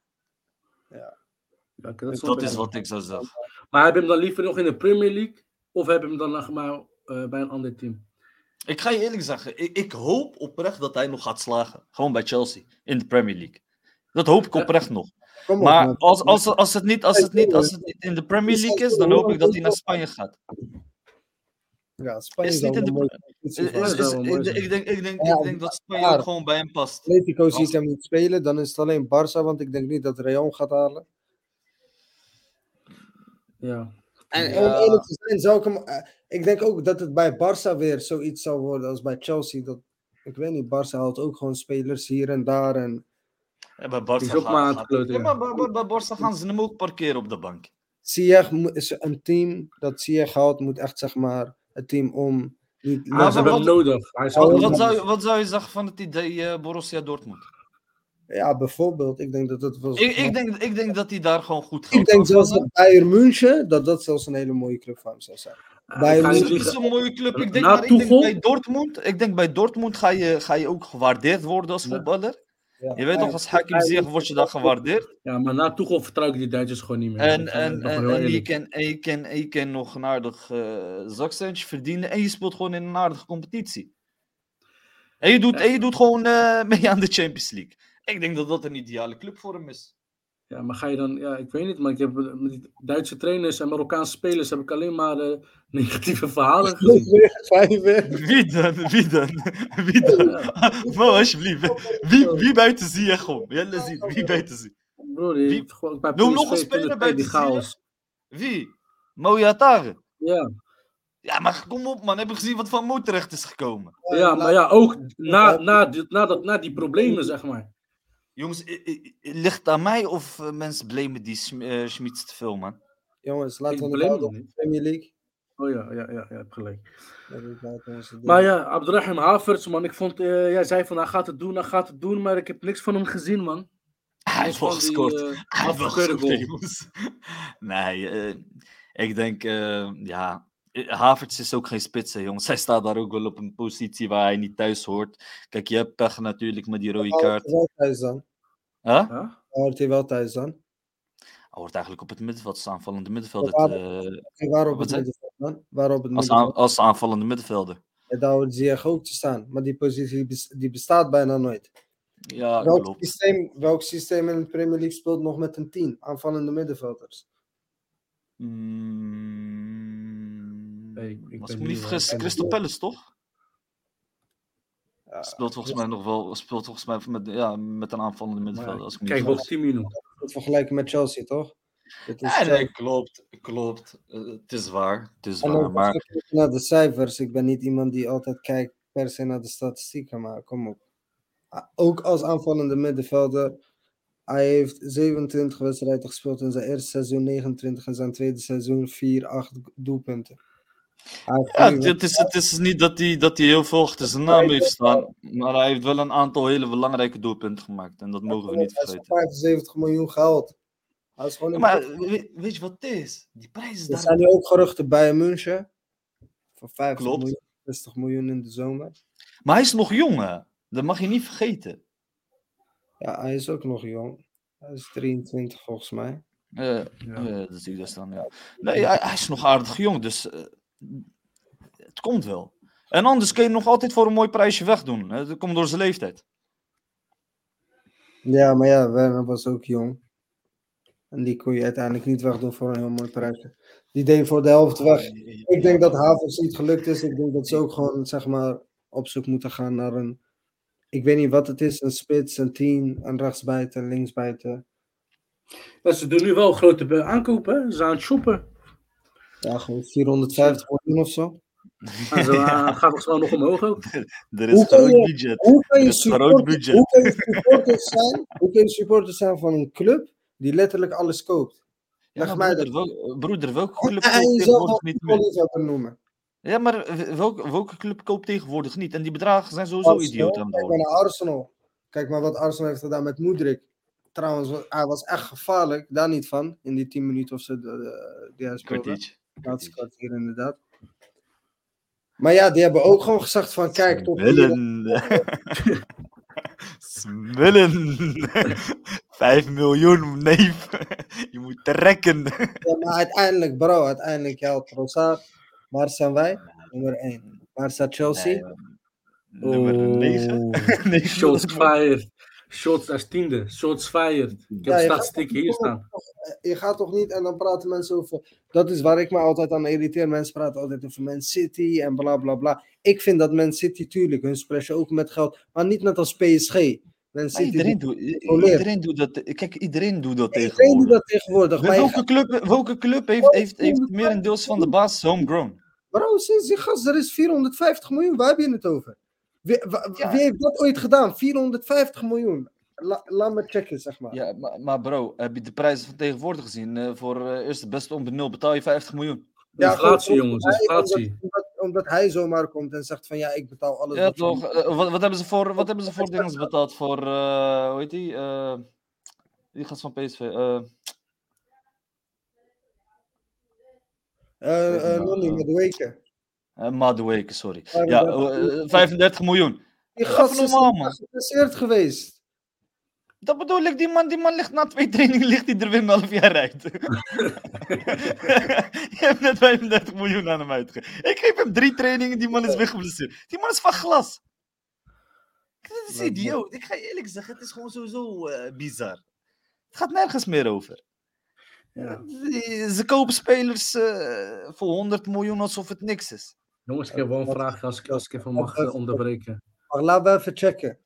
Ja, oké, dat, snap
Dat
ik
is
wel.
wat ik zou zeggen.
Maar heb je hem dan liever nog in de Premier League? Of heb je hem dan nog maar eh, bij een ander team?
Ik ga je eerlijk zeggen, ik, ik hoop oprecht dat hij nog gaat slagen. Gewoon bij Chelsea, in de Premier League. Dat hoop ik oprecht nog.
Kom op,
Maar
man.
als, als, als, het niet, als, het niet, als het niet in de Premier League is, dan hoop ik dat hij naar Spanje gaat.
Ja, Spanje
Is
zou
niet in
een
de-
mooie competitie
Is-
zijn.
is-
dat zou wel mooi
ik,
zijn.
ik denk, ik, denk,
Ja,
ik denk dat Spanje
maar-
ook gewoon bij hem past.
Atletico zie
Als-
ik hem niet spelen, dan is het alleen Barça, want ik denk niet dat Real gaat halen.
Ja.
En
Ja.
om eerlijk te zijn, zou ik hem... eh, ik denk ook dat het bij Barça weer zoiets zou worden als bij Chelsea. Dat, ik weet niet, Barça haalt ook gewoon spelers hier en daar. En
Ja, bij Barca
Die is ook
gaat-
maar aan het
gaat-
kloten,
Ja,
ja.
maar bij, bij, bij Barca gaan ze hem ook parkeren op de bank.
Ziyech mo- is een team dat Ziyech houdt, moet echt zeg maar het team om niet.
Maar ze hebben
wat-
hem nodig. Hij is
wat-
Wat,
altijd
wat, zou,
nodig.
je- wat zou je zeggen van het idee eh, Borussia Dortmund?
Ja, bijvoorbeeld, ik denk dat het was.
Ik, ik, denk, ik denk dat hij daar gewoon goed gaat
Ik denk zelfs
aanvangen.
dat Bayern München, dat dat zelfs een hele mooie club voor hem zou zijn.
Ja,
Bayern
ik ga je
Het
niet
is
liegen.
een mooie club. Ik denk,
Na
maar ik denk
Tuchel-
bij Dortmund, ik denk bij Dortmund ga je, ga je ook gewaardeerd worden als
Ja.
voetballer.
Ja,
Je weet toch, als Hakim
Bayern
Ziyech word je daar gewaardeerd.
Ja, maar na Tuchel vertrouw ik die Duitsers gewoon niet meer.
En,
Ik ga-
en,
ik ben
en,
gewoon heel
en, je
eerlijk.
kan, en, je kan, en je kan nog een aardig uh, zakcentje verdienen. En je speelt gewoon in een aardige competitie. En je doet, en je doet gewoon uh, mee aan de Champions League. Ik denk dat dat een ideale club voor hem is.
Ja, maar ga je dan... Ja, ik weet niet, maar ik heb met die Duitse trainers en Marokkaanse spelers heb ik alleen maar uh, negatieve verhalen gezien.
Vijf weer.
Wie dan? Wie dan? Wie dan? Mo, alsjeblieft. Wie, wie buiten zie je gewoon? Jelle ziet, wie buiten zie.
Bro, die
Wie-
heeft gewoon bij
Noem nog
P S V
een speler
toen de
buiten
tijd die chaos.
Wie? Mo Yatare.
Ja.
Ja, maar kom op man. Heb je gezien wat van Mo terecht is gekomen?
ja, maar ja, ook na, na, die- na, dat, na die problemen, zeg maar.
Jongens, i- i- i- ligt het aan mij of uh, mensen blamen die Schm- uh, Schmitz te veel, man?
Jongens, laten
Ik
we niet
blame
houden
hem
op
niet.
de Premier League.
Oh ja, ja, ja, je hebt gelijk.
Dat is buiten onze deur.
Maar ja, Abdurrahim Havertz, man. Ik vond, uh, jij zei van hij gaat het doen, hij gaat het doen, maar ik heb niks van hem gezien, man.
Hij heeft wel
Los van die,
gescoord.
uh,
Hij heeft wel
afgekeurde
gescoord,
goal.
jongens. Nee, uh, ik denk, uh, ja... Havertz is ook geen spits, hè, jongens. Hij staat daar ook wel op een positie waar hij niet thuis hoort. Kijk, je hebt pech natuurlijk met die rode
Waar hoort
kaart.
hij wel thuis dan?
Huh?
Ja?
Waar hoort hij wel thuis dan?
Hij hoort eigenlijk op het middenveld, als aanvallende middenvelder.
Waar-
Uh,
En waar op
Wat
het
zei-
middenveld dan? Waar op het
als,
middenveld?
aan, als aanvallende middenvelder.
Ja, daar hoort Ziyech ook te staan. Maar die positie bes- die bestaat bijna nooit.
Ja,
welk,
klopt.
systeem, welk systeem in de Premier League speelt nog met een tien aanvallende middenvelders?
Mm,
Nee, ik- ik
als
ben
ik me niet
niet,
vergis,
eh,
Crystal Palace, toch?
Ja,
Speelt volgens mij nog wel speelt volgens mij met, ja, met een aanvallende middenvelder. Als ik me
Kijk,
niet
wel
vergis.
tien minuten.
het vergelijken met Chelsea, toch? Dit is
Ja, nee,
Chelsea.
klopt. Klopt. Uh, het is waar. Het is
En
waar.
ook
Maar
als we kijken naar de cijfers. Ik ben niet iemand die altijd kijkt per se naar de statistieken, maar kom op. Ah, Ook als aanvallende middenvelder. Hij heeft zevenentwintig wedstrijden gespeeld in zijn eerste seizoen, negenentwintig in zijn tweede seizoen, vier, acht doelpunten. Hij heeft
ja,
vier-
het, is, het is niet dat hij, dat hij heel veel achter zijn naam heeft staan. Maar hij heeft wel een aantal hele belangrijke doelpunten gemaakt. En dat mogen we niet
Hij is voor
vergeten.
vijfenzeventig miljoen gehaald. Hij is gewoon
Ja,
een
maar weet, weet je wat het is? Die prijs is
Er
daar.
zijn nu ook geruchten bij München. Voor vijftig
Klopt.
miljoen, zestig miljoen in de zomer.
Maar hij is nog jong, hè? Dat mag je niet vergeten.
Ja, hij is ook nog jong. Hij is drieëntwintig volgens mij.
Eh,
Ja.
eh, dat zie ik daar staan, ja. Nee, hij, hij is nog aardig jong, dus eh, het komt wel. En anders kun je hem nog altijd voor een mooi prijsje wegdoen. hè. Dat komt door zijn leeftijd.
Ja, maar ja, Werner was ook jong. En die kon je uiteindelijk niet wegdoen voor een heel mooi prijsje. Die deed voor de helft weg. Ik denk dat Havertz niet gelukt is. Ik denk dat ze ook gewoon, zeg maar, op zoek moeten gaan naar een... Ik weet niet wat het is. Een spits, een tien, een rechtsbuiten, een linksbuiten.
Ja, ze doen nu wel grote be- aankopen, hè. Ze zijn aan het shoppen.
Ja, gewoon vierhonderdvijftig miljoen of zo.
En ze uh, gaat het gewoon nog omhoog ook.
Er
Hoe
is
kan
groot
je-
budget.
Hoe kan
Er
je
is groot
supporter,
budget.
hoe kan je supporters zijn? Hoe kan je supporters zijn van een club die letterlijk alles koopt?
Ja,
Leg
maar
mij
broeder, wel, broeder, welke club
En
koopt
jezelf
tegenwoordig
nog
niet meer?
voetballiefhebber noemen.
Ja, maar welke, welke club koopt tegenwoordig niet? En die bedragen zijn sowieso
Arsenal,
idioot aan het
Kijk maar
worden.
naar Arsenal. Kijk maar wat Arsenal heeft gedaan met Mudryk. Trouwens, wa- hij was echt gevaarlijk. Daar niet van. In die tien minuten of zo de- de- die hij speelde.
Kwartiertje.
Laatste kwartier inderdaad. Maar ja, die hebben ook gewoon gezegd van kijk, tot hier.
Smullen. Smullen. Vijf miljoen, neef. Je moet trekken.
Ja, maar uiteindelijk, bro, uiteindelijk, ja, Trossard. Waar zijn wij? Nummer één. Waar staat Chelsea?
Nee, man. Nummer negen.
Oh, shots fired. Shots als tiende. Shots fired. Ik heb
Ja, je
statistieken hier staan.
Je gaat toch niet, en dan praten mensen over, dat is waar ik me altijd aan irriteer, mensen praten altijd over Man City en bla bla bla. Ik vind dat Man City, tuurlijk, hun splashen ook met geld, maar niet net als P S G. Man
Maar
City,
iedereen,
doet-
doet,
controleert.
iedereen doet dat. Kijk, iedereen doet dat
iedereen doet
tegenwoordig.
dat tegenwoordig, maar je
Welke
gaat-
club, welke club heeft, heeft, heeft merendeels van de basis homegrown?
bro, sinds die gast, er is vierhonderdvijftig miljoen, waar heb je het over? Wie, wa-
Ja.
wie heeft dat ooit gedaan? vierhonderdvijftig miljoen. la, laat me checken, zeg maar.
Ja, maar, maar bro, heb je de prijzen van tegenwoordig gezien? Uh, voor uh, eerst de beste onbenul betaal je vijftig miljoen.
Ja,
inflatie,
gewoon,
jongens,
hij,
inflatie.
Omdat, omdat, omdat hij zomaar komt en zegt van ja, ik betaal alles.
Ja,
wat
toch?
van...
Uh, wat, wat hebben ze voor, wat hebben ze voor dingen betaald? Voor, uh, hoe heet die? Uh, die gaat van P S V. Uh...
Uh, uh, Nonnie, met Weken.
Uh, Madueke, sorry. Ja, uh, vijfendertig miljoen.
Die gast is geïnteresseerd geweest.
Dat bedoel ik, die man, die man ligt na twee trainingen ligt hij er weer een half jaar uit. Je hebt net vijfendertig miljoen aan hem uitgegeven. Ik geef hem drie trainingen, die man is weer geblesseerd. Die man is van glas. Dat is idioot. Ik ga je eerlijk zeggen, het is gewoon sowieso uh, bizar. Het gaat nergens meer over.
Ja.
Ze kopen spelers uh, voor honderd miljoen alsof het niks is.
Jongens, ik heb wel een vraag als ik, als ik even mag uh, onderbreken.
Maar laten we even checken.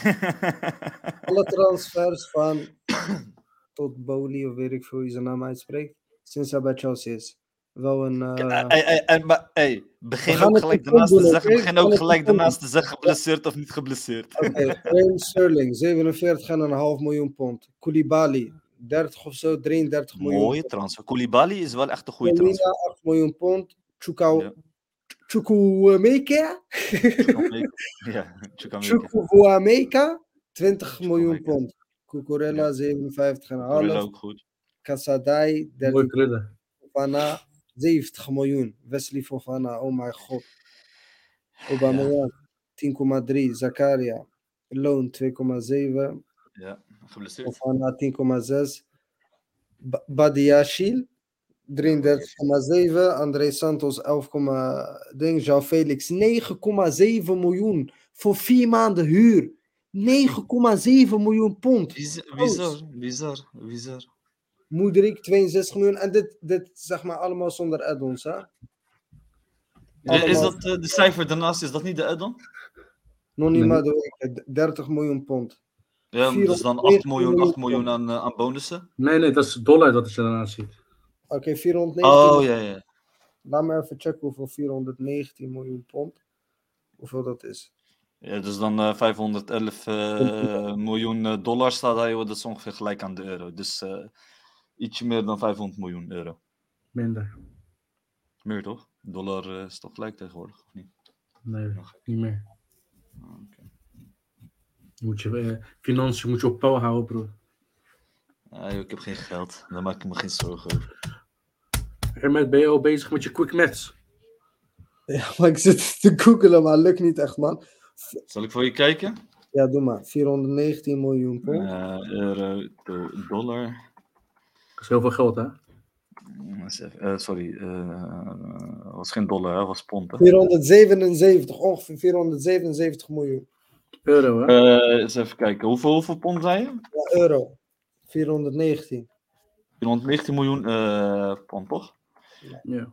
Alle transfers van tot Boli, of weet ik veel hoe je zijn naam uitspreekt, sinds hij bij Chelsea is. Wel een... Uh...
Hey, hey, hey, maar, hey, begin ook gelijk daarnaast te zeggen, begin ook gelijk daarnaast te zeggen geblesseerd of niet geblesseerd.
Oké, okay. Raheem Sterling, zevenenveertig komma vijf miljoen pond. Koulibaly, dertig of zo, drieëndertig miljoen.
Mooie transfer. Koulibaly is wel echt een goede transfer.
acht miljoen pond. Chukau... Ja. Chukwuemeka.
Ja,
Chukwuemeka. twintig miljoen pond. Cucurella, ja. zevenenvijftig komma vijf.
Cucurella ook goed.
Casadei, dertig. Fofana, zeventig miljoen. Wesley Fofana, oh mijn god. Aubameyang, tien komma drie. Zakaria, loon twee komma zeven.
Ja, geblesseerd.
Fofana, tien komma zes. Ba- Badiashile, drieëndertig komma zeven. André Santos, elf, ding. João Felix, negen komma zeven miljoen. Voor vier maanden huur. negen komma zeven miljoen pond.
Bizar, bizar, bizar.
Moederik, tweeënzestig miljoen. En dit, dit zeg maar allemaal zonder add-ons, hè?
Allemaal... Is dat uh, de cijfer daarnaast? Is dat niet de add-on?
Nog niet, maar de dertig miljoen pond.
Ja, dus dan acht miljoen, acht miljoen aan, uh, aan bonussen?
Nee, nee, dat is dollar dat je daarnaast ziet.
Oké, okay, vierhonderdnegentien.
Oh, ja, ja.
Laat me even checken hoeveel vierhonderdnegentien miljoen pond. Hoeveel dat is.
Ja, dus dan uh, vijfhonderdelf uh, miljoen dollar staat hij, dat is ongeveer gelijk aan de euro. Dus uh, ietsje meer dan vijfhonderd miljoen euro.
Minder.
Meer toch? Dollar uh, is toch gelijk tegenwoordig, of niet?
Nee, nog niet meer.
Oh, okay.
Moet je, uh, financiën moet je op peil houden, broer.
Ja, joh, ik heb geen geld, daar maak ik me geen zorgen over.
En ben je al bezig met je quick maths?
Ja, maar ik zit te googelen, maar het lukt niet echt, man.
Zal ik voor je kijken?
Ja, doe maar. vierhonderdnegentien miljoen pond.
Uh, euro, dollar.
Dat is heel veel geld, hè?
Uh, sorry, uh, het was geen dollar, het was pond. Hè?
vierhonderdzevenenzeventig, ongeveer vierhonderdzevenenzeventig miljoen.
Euro, hè?
Uh, eens even kijken, hoeveel, hoeveel pond zei je?
Ja, euro. vierhonderdnegentien.
vierhonderdnegentien miljoen uh, pond, toch?
Ja.
ja.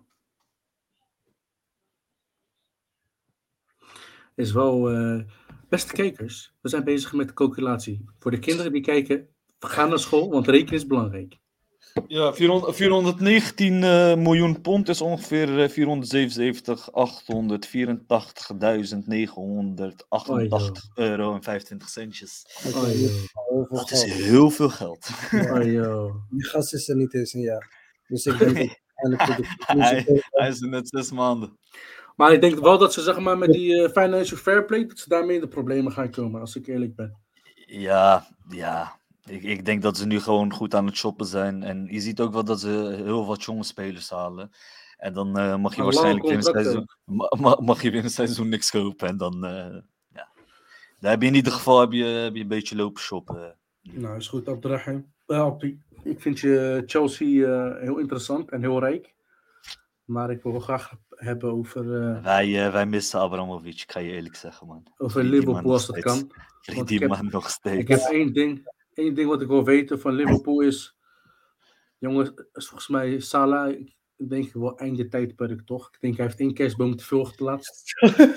Is wel, uh, beste kijkers, we zijn bezig met de calculatie. Voor de kinderen die kijken, ga naar school, want rekenen is belangrijk.
Ja, vierhonderdnegentien uh, miljoen pond is ongeveer uh, vierhonderdzevenenzeventig, achthonderdvierentachtigduizend negenhonderdachtentachtig oh, euro en vijfentwintig centjes.
Oh,
dat is heel veel geld.
Oh,
die gast is er niet eens een jaar. Dus ik denk dat
de hij, hij is er net zes maanden.
Maar ik denk wel dat ze zeg maar met die uh, financial fair play, dat ze daarmee in de problemen gaan komen, als ik eerlijk ben.
Ja, ja. Ik, ik denk dat ze nu gewoon goed aan het shoppen zijn. En je ziet ook wel dat ze heel wat jonge spelers halen. En dan uh, mag je een waarschijnlijk weer een seizoen, mag, mag je weer een seizoen niks kopen. En dan, uh, ja. Dan heb je in ieder geval heb je, heb je een beetje lopen shoppen.
Nou, is goed, Abderrahim. Uh, ik vind je Chelsea uh, heel interessant en heel rijk. Maar ik wil wel graag hebben over... Uh,
wij, uh, wij missen Abramovic, ik ga je eerlijk zeggen, man.
Over Free Liverpool als dat kan.
Free die man nog steeds.
Ik heb één ding, één ding wat ik wil weten van Liverpool is... Jongens, is volgens mij Salah, ik denk wel einde tijdperk, toch? Ik denk hij heeft één kerstboom te veel geplaatst.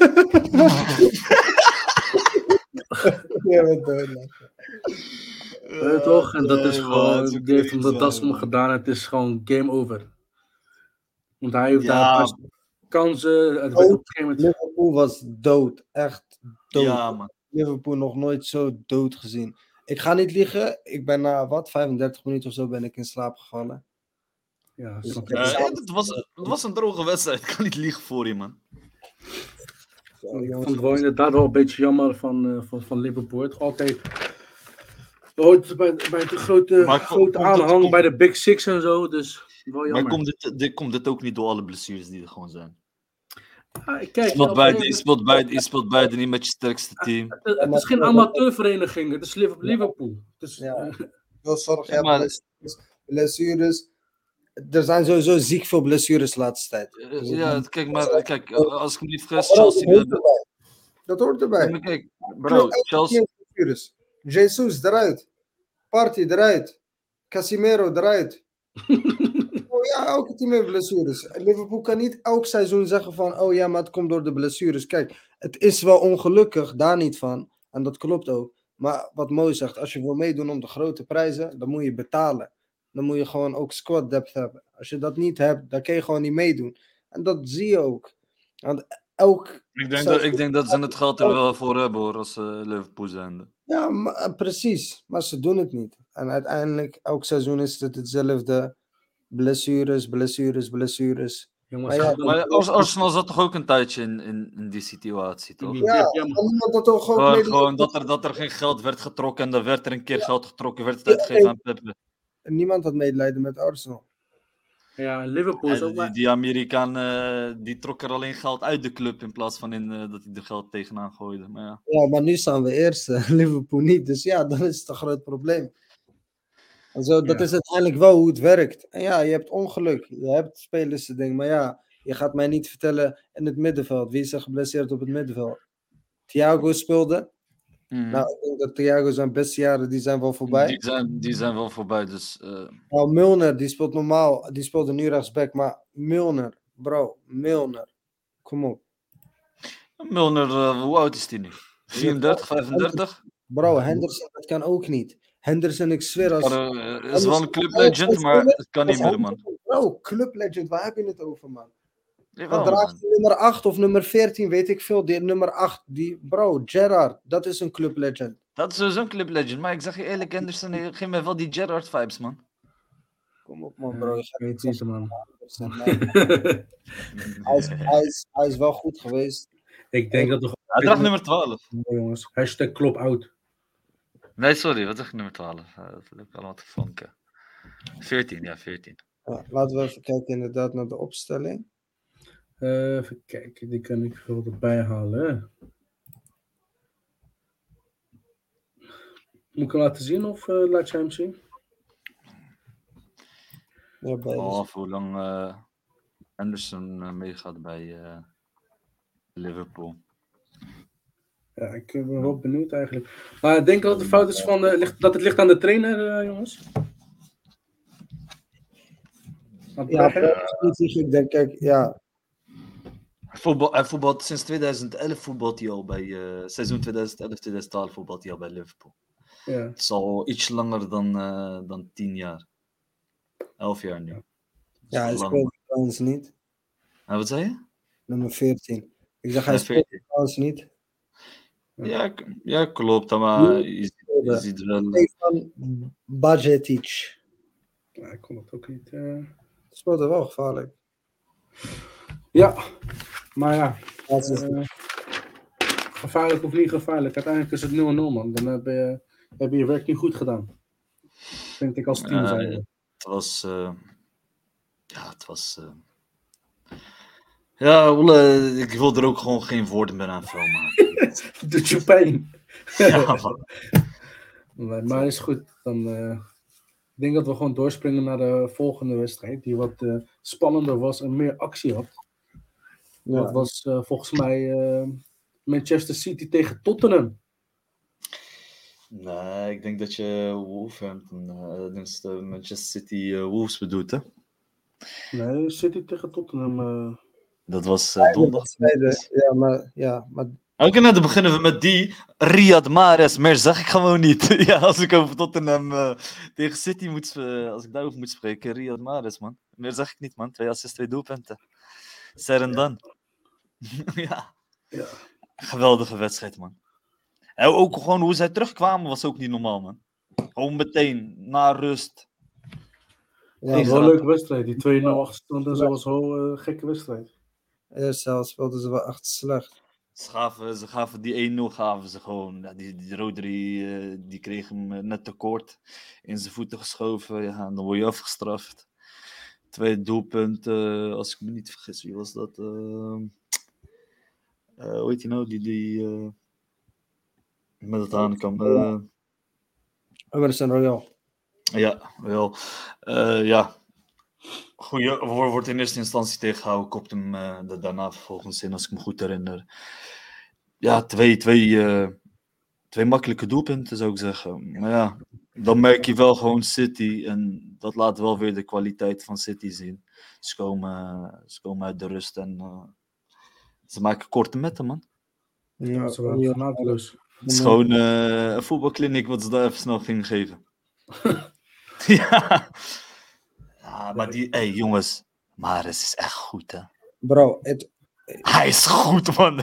Ja, wat dood.
Uh, toch? En dat is gewoon... Die heeft hem dat das gedaan, het is gewoon game over. Want hij heeft
ja.
daar kansen. Het
dood,
op een moment...
Liverpool was dood. Echt dood.
Ja, man.
Liverpool nog nooit zo dood gezien. ik ga niet liegen. Ik ben na wat, vijfendertig minuten of zo ben ik in slaap gevallen.
Ja,
Dus
snap
ik
je.
heb
Uh,
samen-
het, was, het was een droge wedstrijd. Ik kan niet liegen voor je, man.
Zo,
Ik
jongens,
vond het wel inderdaad wel een beetje jammer van, uh, van, van Liverpool. Het altijd hoort bij, bij de grote,
Maar
grote
komt het-
aanhang,
komt-
bij de Big Six en zo. Dus wel
Maar
jammer.
komt dit, dit, komt dit ook niet door alle blessures die er gewoon zijn?
Ja,
Je
kijk,
speelt
op
beide,
een-
je speelt beide, je speelt beide niet met je sterkste team.
het, het is geen amateurvereniging, het is Liv- Liverpool. Het is,
Ja.
eh,
veel zorg,
Ja,
ja,
maar-
blessures, blessures. Er zijn sowieso ziek veel blessures de laatste tijd.
Uh,
Dus
ja,
dan-
kijk, maar kijk, als ik me niet vergis,
Maar bro,
Chelsea...
dat hoort
hebben-
erbij. Dat hoort erbij.
Ja, maar kijk, bro, Chelsea...
Blessures. Jesus eruit. Partey eruit. Casemiro eruit. Oh ja, elke team heeft blessures. Liverpool kan niet elk seizoen zeggen van, oh ja, maar het komt door de blessures. Kijk, het is wel ongelukkig, daar niet van. En dat klopt ook. Maar wat Mo zegt, als je wil meedoen om de grote prijzen, dan moet je betalen. Dan moet je gewoon ook squad depth hebben. Als je dat niet hebt, dan kun je gewoon niet meedoen. En dat zie je ook. Want elk...
Ik denk, dat, ik denk dat ze het geld er wel voor hebben, hoor, als uh, Liverpool zijn.
Ja, maar, precies. Maar ze doen het niet. En uiteindelijk, elk seizoen is het hetzelfde. Blessures, blessures, blessures.
jongens,
Maar ja,
gaat-
Maar Ars- Arsenal zat toch ook een tijdje in, in, in die situatie, toch?
Ja,
Ja,
ja,
en
maar-
niemand dat ook gewoon
Gewoon,
mee-
gewoon dat, er, dat er geen geld werd getrokken en dan werd er een keer geld getrokken, werd het uitgegeven aan Pepe.
Niemand had medelijden met Arsenal.
ja, Liverpool is
En
ook
die,
maar...
die Amerikaan eh, die trok er alleen geld uit de club in plaats van in, eh, dat hij er geld tegenaan gooide. Maar ja.
Ja, maar nu staan we eerste, Liverpool niet. Dus ja, dan is het een groot probleem. En zo, dat
Ja.
is uiteindelijk wel hoe het werkt. En ja, je hebt ongeluk. Je hebt spelers te denken. Maar ja, je gaat mij niet vertellen in het middenveld. Wie is er geblesseerd op het middenveld? Thiago speelde.
Mhm.
Nou, ik denk dat Thiago zijn beste jaren, die zijn wel voorbij.
Die, zijn, die zijn wel voorbij, dus... eh,
Nou, Milner, die speelt normaal. Die speelde nu rechtsback. Maar Milner, bro, Milner. Kom op.
Milner, eh, hoe oud is die nu? vierendertig, vijfendertig?
Bro, Henderson, dat kan ook niet. Henderson, ik zweer als...
Maar, eh, is wel een club legend, maar het kan niet meer, man.
Bro, club legend, waar heb je het over, man?
Jawel,
Dan draagt
man.
hij nummer acht of nummer veertien, weet ik veel. Die nummer acht, die, bro, Gerrard, dat is een club legend.
Dat is sowieso een club legend, maar ik zeg je eerlijk, Henderson eh, geeft mij wel die Gerrard vibes, man.
Kom op, man, bro. Je
Ik
gaat
weet
niet
niet,
zeggen
man.
Henderson, nee. hij, is, hij, is, hij is wel goed geweest.
Ik denk dat toch...
Hij draagt nummer twaalf.
jongens. Hashtag klop out.
Nee, sorry, wat zeg ik nummer twaalf? Uh, dat heb ik allemaal te vanken. veertien, ja, veertien.
Ja, laten we even kijken inderdaad naar de opstelling.
Uh, even kijken, die kan ik wel erbij halen. Moet ik hem laten zien of uh, laat jij hem zien?
Ja, bij
Oh, voor hoe lang uh, Anderson uh, meegaat bij uh, Liverpool.
Ja, ik ben wel benieuwd eigenlijk. Maar ik denk dat het de fout is van, uh, ligt, dat het ligt aan de trainer, uh, jongens.
Ja, ik denk, kijk, ja.
Voetbal, hij voetbalt sinds tweeduizend elf voetbalt hij al bij uh, seizoen tweeduizend elf tweeduizend twaalf voetbalt hij al bij Liverpool.
Ja.
Het is al iets langer dan, uh, dan tien jaar. Elf jaar nu.
Ja, hij speelt trouwens niet.
En wat zei je?
Nummer veertien. Ik zeg, hij
ja,
speelt trouwens niet.
Ja, ja, klopt. Maar je, je, je ziet wel...
Stefan Bajcetic.
Ja, ik kon het ook niet... Uh...
Het speelde wel gevaarlijk.
Ja, maar ja.
Uh,
gevaarlijk of niet gevaarlijk. Uiteindelijk is het nul nul, man. Dan heb je, heb je je werk niet goed gedaan. Vind ik als team zijn.
Uh, het was... Uh... Ja, het was... Uh... Ja, Olle, ik wil er ook gewoon geen woorden meer aan vuil maken.
Doet je pijn.
Ja,
nee, maar is goed. Dan uh, ik denk dat we gewoon doorspringen naar de volgende wedstrijd. Die wat uh, spannender was en meer actie had. Ja. Dat was uh, volgens mij uh, Manchester City tegen Tottenham.
Nee, ik denk dat je Wolverhampton, uh, dus de Manchester City uh, Wolves bedoelt, hè?
Nee, City tegen Tottenham. Uh...
Dat was uh, donderdag.
Ja, maar... Ja, maar...
Oké, okay, nou, dan beginnen we met die. Riyad Mahrez, meer zeg ik gewoon niet. Ja, als ik over Tottenham uh, tegen City moet, uh, als ik daarover moet spreken, Riyad Mahrez, man. Meer zeg ik niet, man. Twee assists, twee doelpunten. Ser en dan. Ja.
Ja.
Geweldige wedstrijd, man. En ook gewoon hoe zij terugkwamen was ook niet normaal, man. Gewoon meteen, na rust.
Ja, het was wel een leuke wedstrijd. Die twee nul achterstand en zo was wel een uh, gekke wedstrijd.
Eerst zelfs speelden ze wel echt slecht.
Ze gaven, ze gaven die één nul gaven ze gewoon. Ja, die, die Rodri, uh, die kreeg hem net tekort. In zijn voeten geschoven. Ja, dan word je afgestraft. Twee doelpunten, als ik me niet vergis. Wie was dat? Uh, uh, hoe heet die nou? Die, die uh, met het aankam. Uh,
Emerson Royal.
Ja, wel. Uh, ja. Goeie, wordt in eerste instantie tegengehouden. Kopt hem uh, de, daarna vervolgens in, als ik me goed herinner. Ja, twee, twee, uh, twee makkelijke doelpunten zou ik zeggen. Maar ja, dan merk je wel gewoon City. En dat laat wel weer de kwaliteit van City zien. Ze komen, ze komen uit de rust en uh, ze maken korte metten, man.
Ja, ze waren genadeloos.
Het is gewoon uh, een voetbalkliniek wat ze daar even snel gingen geven. Ja. Ja, maar die, hé hey, jongens, Mahrez is echt goed, hè?
Bro, het...
Hij is goed, man.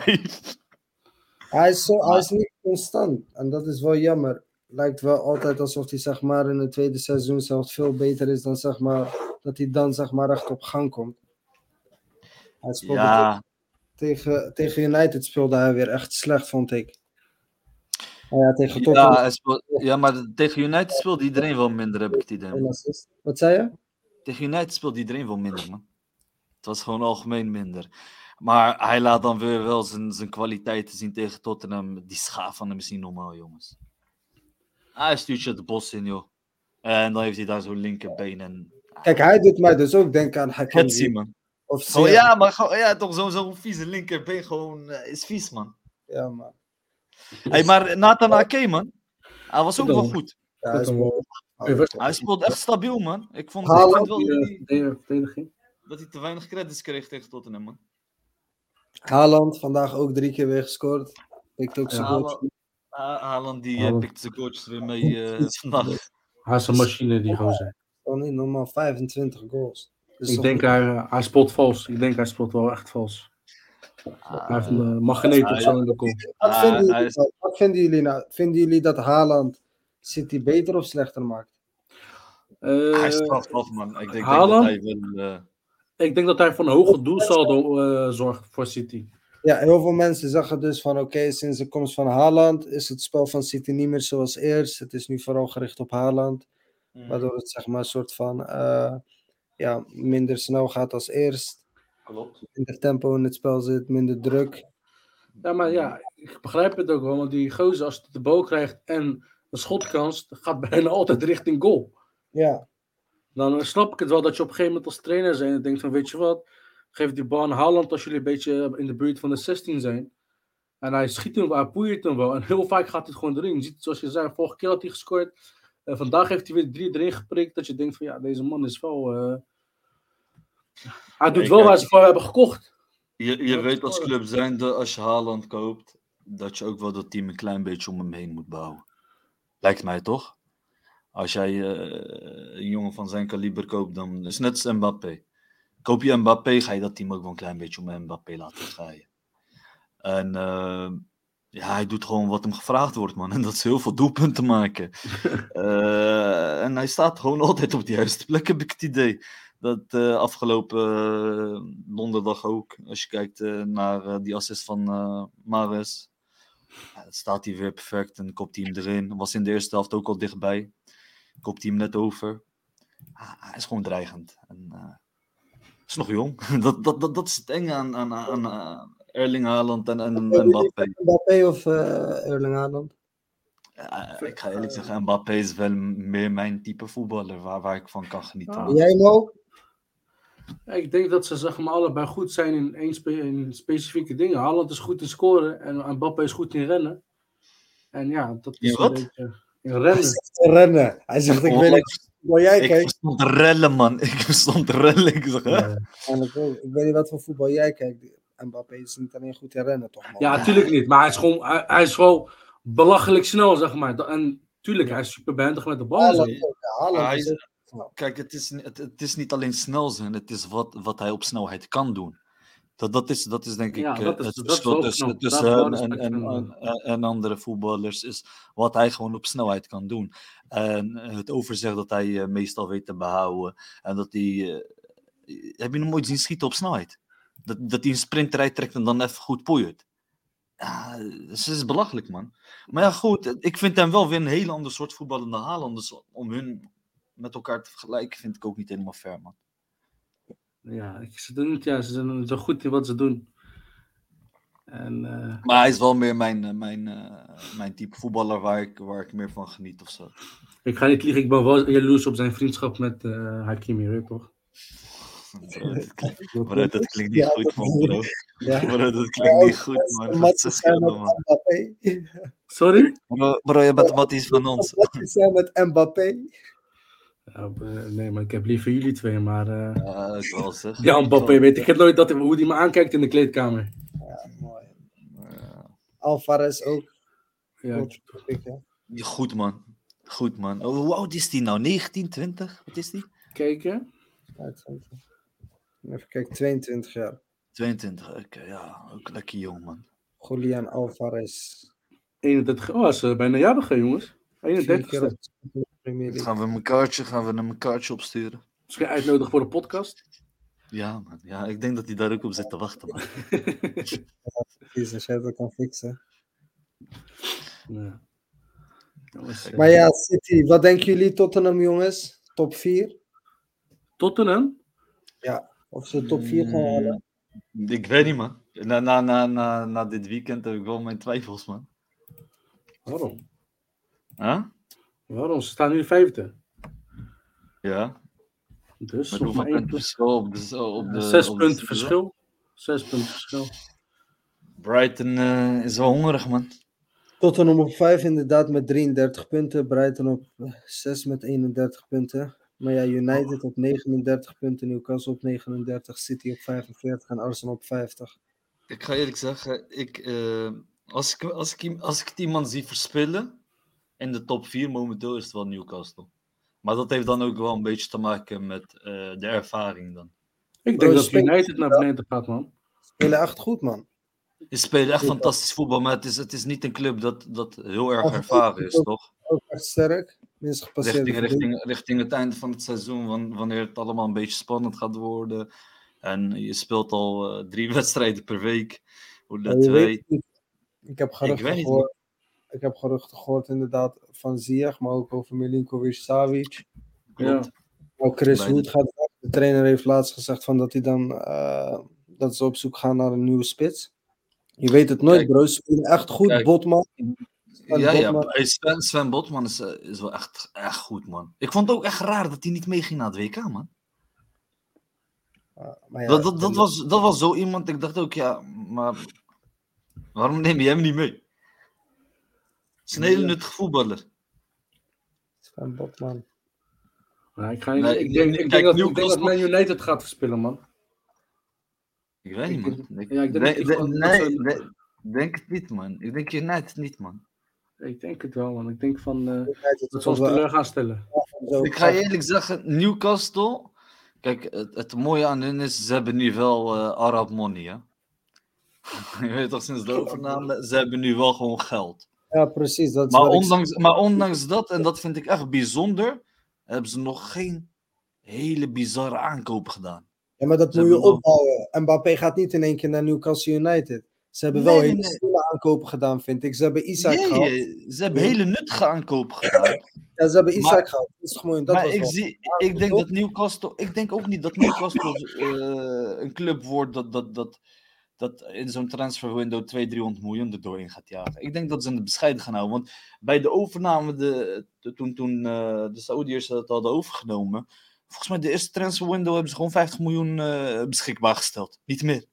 Hij is, zo, hij is niet constant. En dat is wel jammer. Lijkt wel altijd alsof hij zeg maar in het tweede seizoen zelfs veel beter is dan zeg maar dat hij dan zeg maar echt op gang komt. Hij speelde
ja.
tegen, tegen United speelde hij weer echt slecht, vond ik. Ja, tegen
ja,
Tottenham.
hij speelde, ja, maar tegen United speelde iedereen wel minder, heb ik het idee.
Wat zei je?
Tegen United speelde iedereen wel minder, man. Het was gewoon algemeen minder. Maar hij laat dan weer wel zijn, zijn kwaliteiten zien tegen Tottenham. Die schaaf van hem is niet normaal, jongens. Hij stuurt je het bos in, joh. En dan heeft hij daar zo'n linkerbeen. En...
Kijk, hij doet mij dus ook denken aan Hakim
Ziyech, man.
Of
oh, ja, maar gewoon, ja, toch zo'n zo vieze linkerbeen gewoon uh, is vies, man.
Ja, man.
Hey, maar Nathan Ake, man. Hij was ook wel goed.
Ja, hij, speelt...
hij speelt echt stabiel, man. Ik vond,
Haaland,
ik vond wel dat hij,
verdediging.
dat hij te weinig credits kreeg tegen Tottenham, man.
Haaland, vandaag ook drie keer weer gescoord. Pikt ook zijn goals.
Haaland, die uh, pikt zijn goals weer mee uh, vandaag.
Hij is een machine, die gozer.
Oh, niet normaal, vijfentwintig goals.
Dus ik denk hij, uh, hij speelt vals. Ik denk hij speelt wel echt vals. Uh, hij heeft een uh, magneet of zo in de kop.
Wat, uh, vinden jullie, is... wat vinden jullie nou? Vinden jullie dat Haaland City beter of slechter maakt?
Uh, hij straft af, man. Ik denk, Haaland, denk dat hij wil... Uh...
Ik denk dat hij voor een hoger doelsaldo uh, zorgt voor City.
Ja, heel veel mensen zeggen dus van oké, okay, sinds de komst van Haaland is het spel van City niet meer zoals eerst. Het is nu vooral gericht op Haaland. Mm. Waardoor het zeg maar een soort van uh, ja, minder snel gaat als eerst.
Klopt.
Minder tempo in het spel zit, minder druk.
Ja, maar ja, ik begrijp het ook wel. Want die gozer, als hij de bal krijgt en een schotkans, gaat bijna altijd richting goal.
Ja.
Dan snap ik het wel dat je op een gegeven moment als trainer bent en denkt van, weet je wat, geef die bal aan Haaland als jullie een beetje in de buurt van de zestien zijn. En hij schiet hem, hij poeiert hem wel. En heel vaak gaat het gewoon erin. Je ziet het zoals je zei, vorige keer had hij gescoord. Uh, vandaag heeft hij weer drie erin geprikt. Dat je denkt van, ja, deze man is wel... Uh... Hij doet nee, wel kijk, waar ze voor hebben gekocht.
Je, je weet als club zijnde, als je Haaland koopt, dat je ook wel dat team een klein beetje om hem heen moet bouwen. Lijkt mij toch? Als jij uh, een jongen van zijn kaliber koopt, dan is het net als Mbappé. Koop je Mbappé, ga je dat team ook wel een klein beetje om Mbappé laten draaien. En uh, ja, hij doet gewoon wat hem gevraagd wordt, man. En dat is heel veel doelpunten maken. uh, en hij staat gewoon altijd op de juiste plek, heb ik het idee. Dat uh, afgelopen uh, donderdag ook, als je kijkt uh, naar uh, die assist van uh, Mahrez. Ja, staat hij weer perfect en kopt hij hem erin. Was in de eerste helft ook al dichtbij. Kopt hij hem net over. Ah, hij is gewoon dreigend. En, uh, is nog jong. dat, dat, dat, dat is het enge aan, aan, aan uh, Erling Haaland en, en, en Mbappé.
Mbappé of uh, Erling Haaland?
Ja, ik ga eerlijk zeggen, Mbappé is wel meer mijn type voetballer waar, waar ik van kan genieten.
Ah. Jij nou?
Ja, ik denk dat ze zeg maar, allebei goed zijn in, één spe- in specifieke dingen. Haaland is goed in scoren en Mbappé is goed in rennen. En ja, dat is
in wat?
een beetje... In rennen.
Hij zegt rennen. Hij zegt, ik weet niet voetbal jij
ik
kijkt.
Ik verstond rellen, man. Ik verstond rellen. Ik zeg, hè?
Ja, ik weet niet wat voor voetbal jij kijkt. Mbappé is niet alleen goed in rennen, toch, man?
Ja, natuurlijk niet. Maar hij is gewoon, hij, hij is gewoon belachelijk snel, zeg maar. En tuurlijk, hij is super behendig met de bal.
Haaland, ja, Haaland
hij
is
is, kijk, het is, het, het is niet alleen snel zijn. Het is wat, wat hij op snelheid kan doen. Dat, dat, is, dat is denk ik
Ja,
uh,
dat is-
het
dat is
verschil
wel
tussen,
knap.
tussen
Daar is wel
hem en,
respect
en,
voor
en, en- en andere voetballers. Is wat hij gewoon op snelheid kan doen. En het overzegt dat hij uh, meestal weet te behouden. En dat hij... Uh, heb je hem ooit zien schieten op snelheid? Dat, dat hij een sprinterij trekt en dan even goed poeit. Ja, het is belachelijk, man. Maar ja, goed. Ik vind hem wel weer een hele ander soort voetballer dan Haaland. Dus om hun met elkaar te vergelijken vind ik ook niet helemaal fair, man.
Ja, ik- ze doen het, ja, ze zijn zo goed in wat ze doen. En, eh,
Maar hij is wel meer mijn, uh, mijn, uh, mijn type voetballer waar ik, waar ik meer van geniet of zo.
ik ga niet liegen, ik ben wel jaloers op zijn vriendschap met uh, Hakimi, weet je toch?
Bro, dat klinkt, bro, dat klinkt niet
Ja,
goed,
dat-
man, bro.
Ja.
Bro, dat klinkt niet goed, man. Wat zeg je nou, man?
Mbappé.
Sorry?
Bro, bro, je bent Matties van ons.
Matties zijn met Mbappé.
Ja, uh, nee, maar ik heb liever jullie twee, maar... Uh,
Ja, ik wel zeg.
ja, Mbappé, weet ik het nooit dat, hoe hij me aankijkt in de kleedkamer.
Ja, mooi.
Ja.
Alvarez ook.
Ja,
Goed, ik, ja.
Goed, man. Goed, man. Oh, hoe oud is die nou? negentien, twintig? Wat is die?
kijken.
Ja, twintig. Even kijken, tweeëntwintig jaar.
tweeëntwintig, oké. Okay, ja, ook lekker jong, man.
Julian Alvarez.
eenendertig, oh, is uh, bijna jarige, jongens.
Vier keer
eenendertigste.
op de Premier League.
Gaan we een kaartje, gaan we hem een kaartje opsturen?
Misschien uitnodigen voor de podcast.
Ja, man. Ja, ik denk dat hij daar ook op zit te wachten, man.
Die zijn shit ook kan fixen.
Ja. Jongens,
Maar ja, City, wat denken jullie Tottenham, jongens? Top vier?
Tottenham?
Ja, of ze top vier gaan halen?
Mm, ik weet niet, man. Na, na, na, na, na dit weekend heb ik wel mijn twijfels, man.
Waarom?
Huh?
Waarom? Ze staan nu vijfde.
Ja.
Dus
Met
nog
hoeveel
maar één
punten verschil op de... Op de
Zes
op de
punten
season?
verschil. Zes punten verschil.
Brighton uh, is wel hongerig, man.
Tottenham op vijf inderdaad met drieëndertig punten. Brighton op zes met eenendertig punten. Maar ja, United op negenendertig punten. Newcastle op negenendertig. City op vijfenveertig en Arsenal op vijftig.
Ik ga eerlijk zeggen, ik, uh, als, ik, als, ik, als ik iemand zie verspillen in de top vier momenteel is het wel Newcastle. Maar dat heeft dan ook wel een beetje te maken met uh, de ervaring dan.
Ik
Bro,
denk dat
spelen-
United naar beneden gaat, man.
Spelen echt goed, man.
Ze spelen echt fantastisch voetbal, maar het is, het is niet een club dat, dat heel erg ervaren is, toch?
Ook echt sterk. Minst gepasseerde
Richting,
verdediger.
richting, richting het einde van het seizoen, wan- wanneer het allemaal een beetje spannend gaat worden. En je speelt al uh, drie wedstrijden per week. Hoe
Ja,
dat
je
twee.
weet het niet. Ik heb
Ik
geruchten
weet niet,
gehoord. Ik heb geruchten gehoord inderdaad van Ziyech, maar ook over Milinkovic-Savic.
Klopt.
Nou, Chris
Beide.
Wood gaat weg. De trainer heeft laatst gezegd van dat hij dan uh, dat ze op zoek gaan naar een nieuwe spits. Je weet het nooit,
Kijk.
bro. Ze spelen echt goed.
Kijk.
Botman. Sven
Ja, ja.
Botman.
Hey, Sven, Sven Botman is, uh, is wel echt, echt goed, man. Ik vond het ook echt raar dat hij niet meeging naar het W K, man.
Uh, maar ja,
dat, dat, dat, was, dat was zo iemand, ik dacht ook, ja, maar waarom neem je hem niet mee? Het is een hele
Ja.
nuttige voetballer.
Sven Botman.
Nou, ik, ga niet,
Nee,
ik,
ik-
denk,
ik
ik,
kijk
denk dat, ik denk dat
Newcastle-
Man United gaat verspillen, man.
Ik weet
Ik
niet, man.
denk-
Ik,
ja, ik denk
denk-
dat die
denk-
gewoon-
nee,
dat ze-
denk- denk het niet, man. Ik denk United niet, man.
Ik denk het wel, man. Ik denk van, uh,
United
dat ze ons
wel
teleur gaan stellen.
zo
Ik ga je
graag-
eerlijk zeggen, Newcastle... Kijk, het, het mooie aan hun is, ze hebben nu wel uh, Arab money, hè. Je weet toch, sinds de overname, ze hebben nu wel gewoon geld.
Ja, precies. Dat is
Maar
wat ik
ondanks, maar ondanks dat, en dat vind ik echt bijzonder, hebben ze nog geen hele bizarre aankopen gedaan.
Ja, maar dat
Ze
moet je
hebben wel-
opbouwen. Mbappé gaat niet in één keer naar Newcastle United. Ze hebben
Nee,
wel
nee,
hele
nee.
slimme aankopen gedaan, vind ik. Ze hebben Isaac
Nee,
gehaald.
ze hebben hele nuttige aankopen gedaan.
Ja, ze hebben Isaac
Maar-
gehaald. Dat is gewoon, dat
maar
was
ik,
wel.
zie, ik denk dat Newcastle, ik denk ook niet dat Newcastle uh, een club wordt dat, dat, dat, dat in zo'n transferwindow tweehonderd, driehonderd miljoen er doorheen gaat jagen. Ik denk dat ze het bescheiden gaan houden. Want bij de overname, de, de, toen, toen uh, de Saoediërs het hadden overgenomen, volgens mij de eerste transferwindow hebben ze gewoon vijftig miljoen uh, beschikbaar gesteld. Niet meer.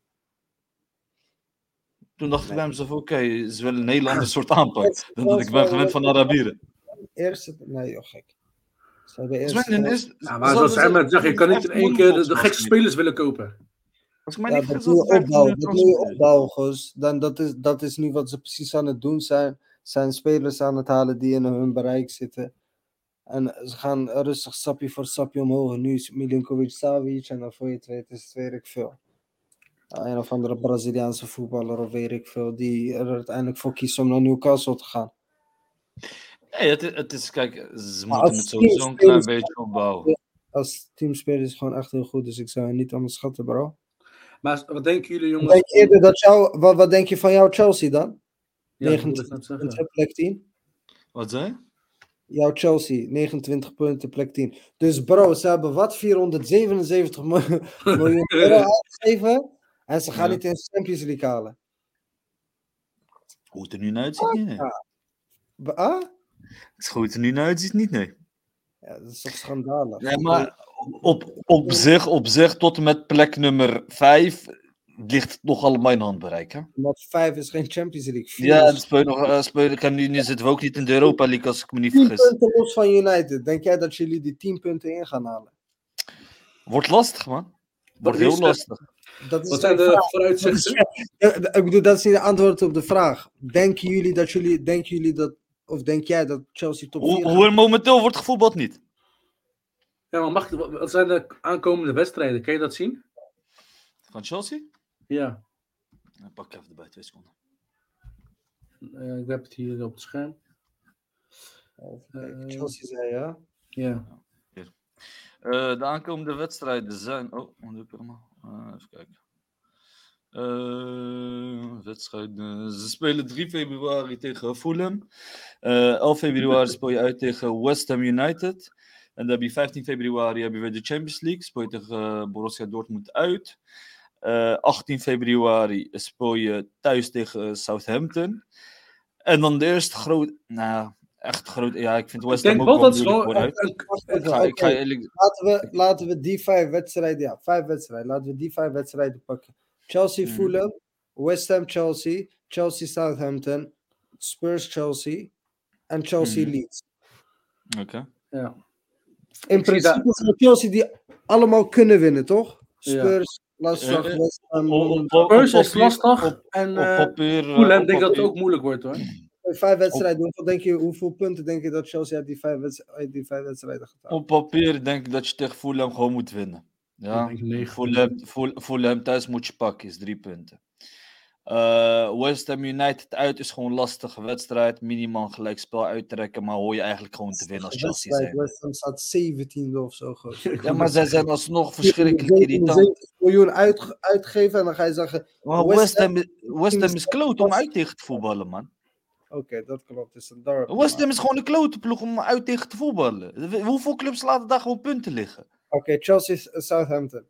Toen dacht ik bij mezelf, oké, okay, ze willen een heel ander soort aanpak dan dat ik ben gewend van Arabieren.
Eerste, nee joh, gek. Ze hebben eerst.
Volgens mij in eerste-
Ja, maar zoals hij met zegt, je kan niet in één keer de, de gekste spelers willen kopen.
Als ik mij
Ja,
niet
dat
vergis,
moet je
was het
opbouwen.
vijftien
Dat moet je
miljoen
opbouwen, Goos. Dan, dat, is, dat is nu wat ze precies aan het doen zijn. Zijn spelers aan het halen die in hun bereik zitten. En ze gaan rustig stapje voor stapje omhoog. Nu is Milinkovic Savic en dan voor je het weet is het weer ik veel. een of andere Braziliaanse voetballer of weet ik veel, die er uiteindelijk voor kiest om naar Newcastle te gaan.
Nee, het, is- het is, kijk, ze
Maar
moeten
als
het sowieso een
teamspeler
klein
is-
beetje opbouwen.
Als teamspeler is het gewoon echt heel goed, dus ik zou hem niet onderschatten, bro.
Maar wat denken jullie, jongens?
Denk je eerder dat jou, wat, wat denk je van jouw Chelsea dan?
Ja, dat wilde ik net
negenentwintig
zeggen.
punten, plek tien.
Wat zei je?
Jouw Chelsea, negenentwintig punten, plek tien. Dus bro, ze hebben wat? vierhonderdzevenenzeventig miljoen miljoen euro uitgegeven. En ze gaan
Ja.
niet in de Champions League halen.
Hoe het er nu naar uitziet, niet, nee.
Ba- Ah?
Hoe het er nu naar uitziet, niet, nee.
Ja, dat is toch schandalig.
Ja, maar op, op, zich, op zich, tot en met plek nummer vijf, ligt het nog allemaal in handbereik, hè?
Omdat vijf is geen Champions League. Vier
Ja, en
is
speel nog, uh, speel, kan, nu, nu zitten we ook niet in de Europa League, als ik me niet
tien
vergis.
punten los van United. Denk jij dat jullie die tien punten in gaan halen?
Wordt lastig, man. Wordt heel
is de-
lastig.
Dat is
Wat zijn
geen
de
vraag.
vooruitzichten?
Ja, ik bedoel, dat is niet de antwoord op de vraag. Denken jullie dat jullie, denken jullie dat, of denk jij dat Chelsea top
Hoe,
vier
hoe er momenteel wordt gevoetbald, niet.
Ja, maar mag, wat zijn de aankomende wedstrijden? Kan je dat zien?
Van Chelsea?
Ja,
Dan pak ik even erbij, twee seconden.
Eh, ik heb het hier op het scherm.
Kijk,
Eh,
Chelsea zei ja.
Ja.
Uh, de aankomende wedstrijden zijn... Oh, wat doe ik allemaal? Uh, even kijken. Uh, wedstrijden... Ze spelen drie februari tegen Fulham. Uh, elf februari speel je uit tegen West Ham United. En dan heb je vijftien februari heb je weer de Champions League. Speel je tegen uh, Borussia Dortmund uit. Uh, achttien februari speel je thuis tegen Southampton. En dan de eerste groot... Nou, echt groot... Ja, ik vind West
Ik
Ham
denk
ook
wel
wel
dat ze
moeilijk
gewoon...
vooruit.
een-
Ik ga, ik ga eerlijk...
Laten we, laten we die vijf wedstrijden, ja, vijf wedstrijden. Laten we die vijf wedstrijden pakken. Chelsea,
Mhm.
Fulham, West Ham, Chelsea, Chelsea, Southampton, Spurs, Chelsea en Chelsea,
Mhm.
Leeds.
Oké.
Ja.
In
Ik zie
principe zijn Chelsea die allemaal kunnen winnen, toch?
Ja.
Spurs, lastig,
Eh, eh,
West Ham,
Op-
Londen.
op- op-
Spurs
op
is
papier-
lastig.
op-
En
Op
eh
papier... uh,
Fulham
op
denk ik dat het
papier-
ook moeilijk wordt hoor.
Vijf wedstrijden, hoeveel, denk je, hoeveel punten denk je dat Chelsea uit die vijf, wedst- uit die vijf wedstrijden gaat halen?
Op papier denk ik dat je tegen Fulham gewoon moet winnen. Ja,
Ik denk negen
Fulham, Ful- Fulham thuis moet je pakken, is drie punten. Eh, West Ham United uit is gewoon een lastige wedstrijd. Minimaal gelijkspel uittrekken, maar hoor je eigenlijk gewoon te winnen als Chelsea
Wedstrijd,
zijn.
West Ham staat zeventiende of zo. gozer.
Ja, maar zij zijn alsnog verschrikkelijk irritant.
zevenenzeventig miljoen uit, uitgeven en dan ga je zeggen,
Maar
West
West Ham, West Ham is kloot om uit tegen te voetballen, man.
oké, dat klopt. Het is een derby.
West Ham is gewoon een klote ploeg om uit tegen te voetballen. Hoeveel clubs laten daar gewoon punten liggen?
Oké, Chelsea, uh, Southampton.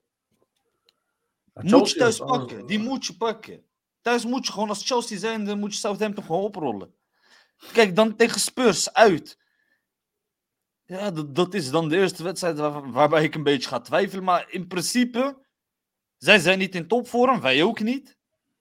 Moet je thuis pakken. Die moet je pakken. Thuis moet je gewoon, als Chelsea zijn, dan moet je Southampton gewoon oprollen. Kijk, dan tegen Spurs uit. Ja, dat, dat is dan de eerste wedstrijd waar, waarbij ik een beetje ga twijfelen. Maar in principe, zij zijn niet in topvorm, wij ook niet.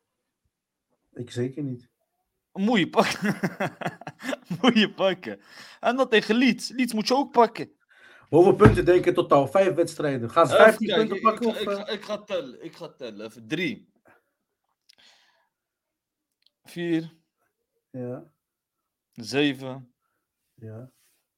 Ik zeker niet.
Moet je pakken. Moet je pakken. En dan tegen Leeds. Leeds moet je ook pakken.
Hoeveel punten denk je totaal? Vijf wedstrijden. Gaan ze
Even
vijftien
kijken,
punten pakken?
ik,
Of,
ik,
eh?
ik, ga, ik ga tellen. Ik ga tellen. Even drie. Vier.
Ja,
Zeven.
ja.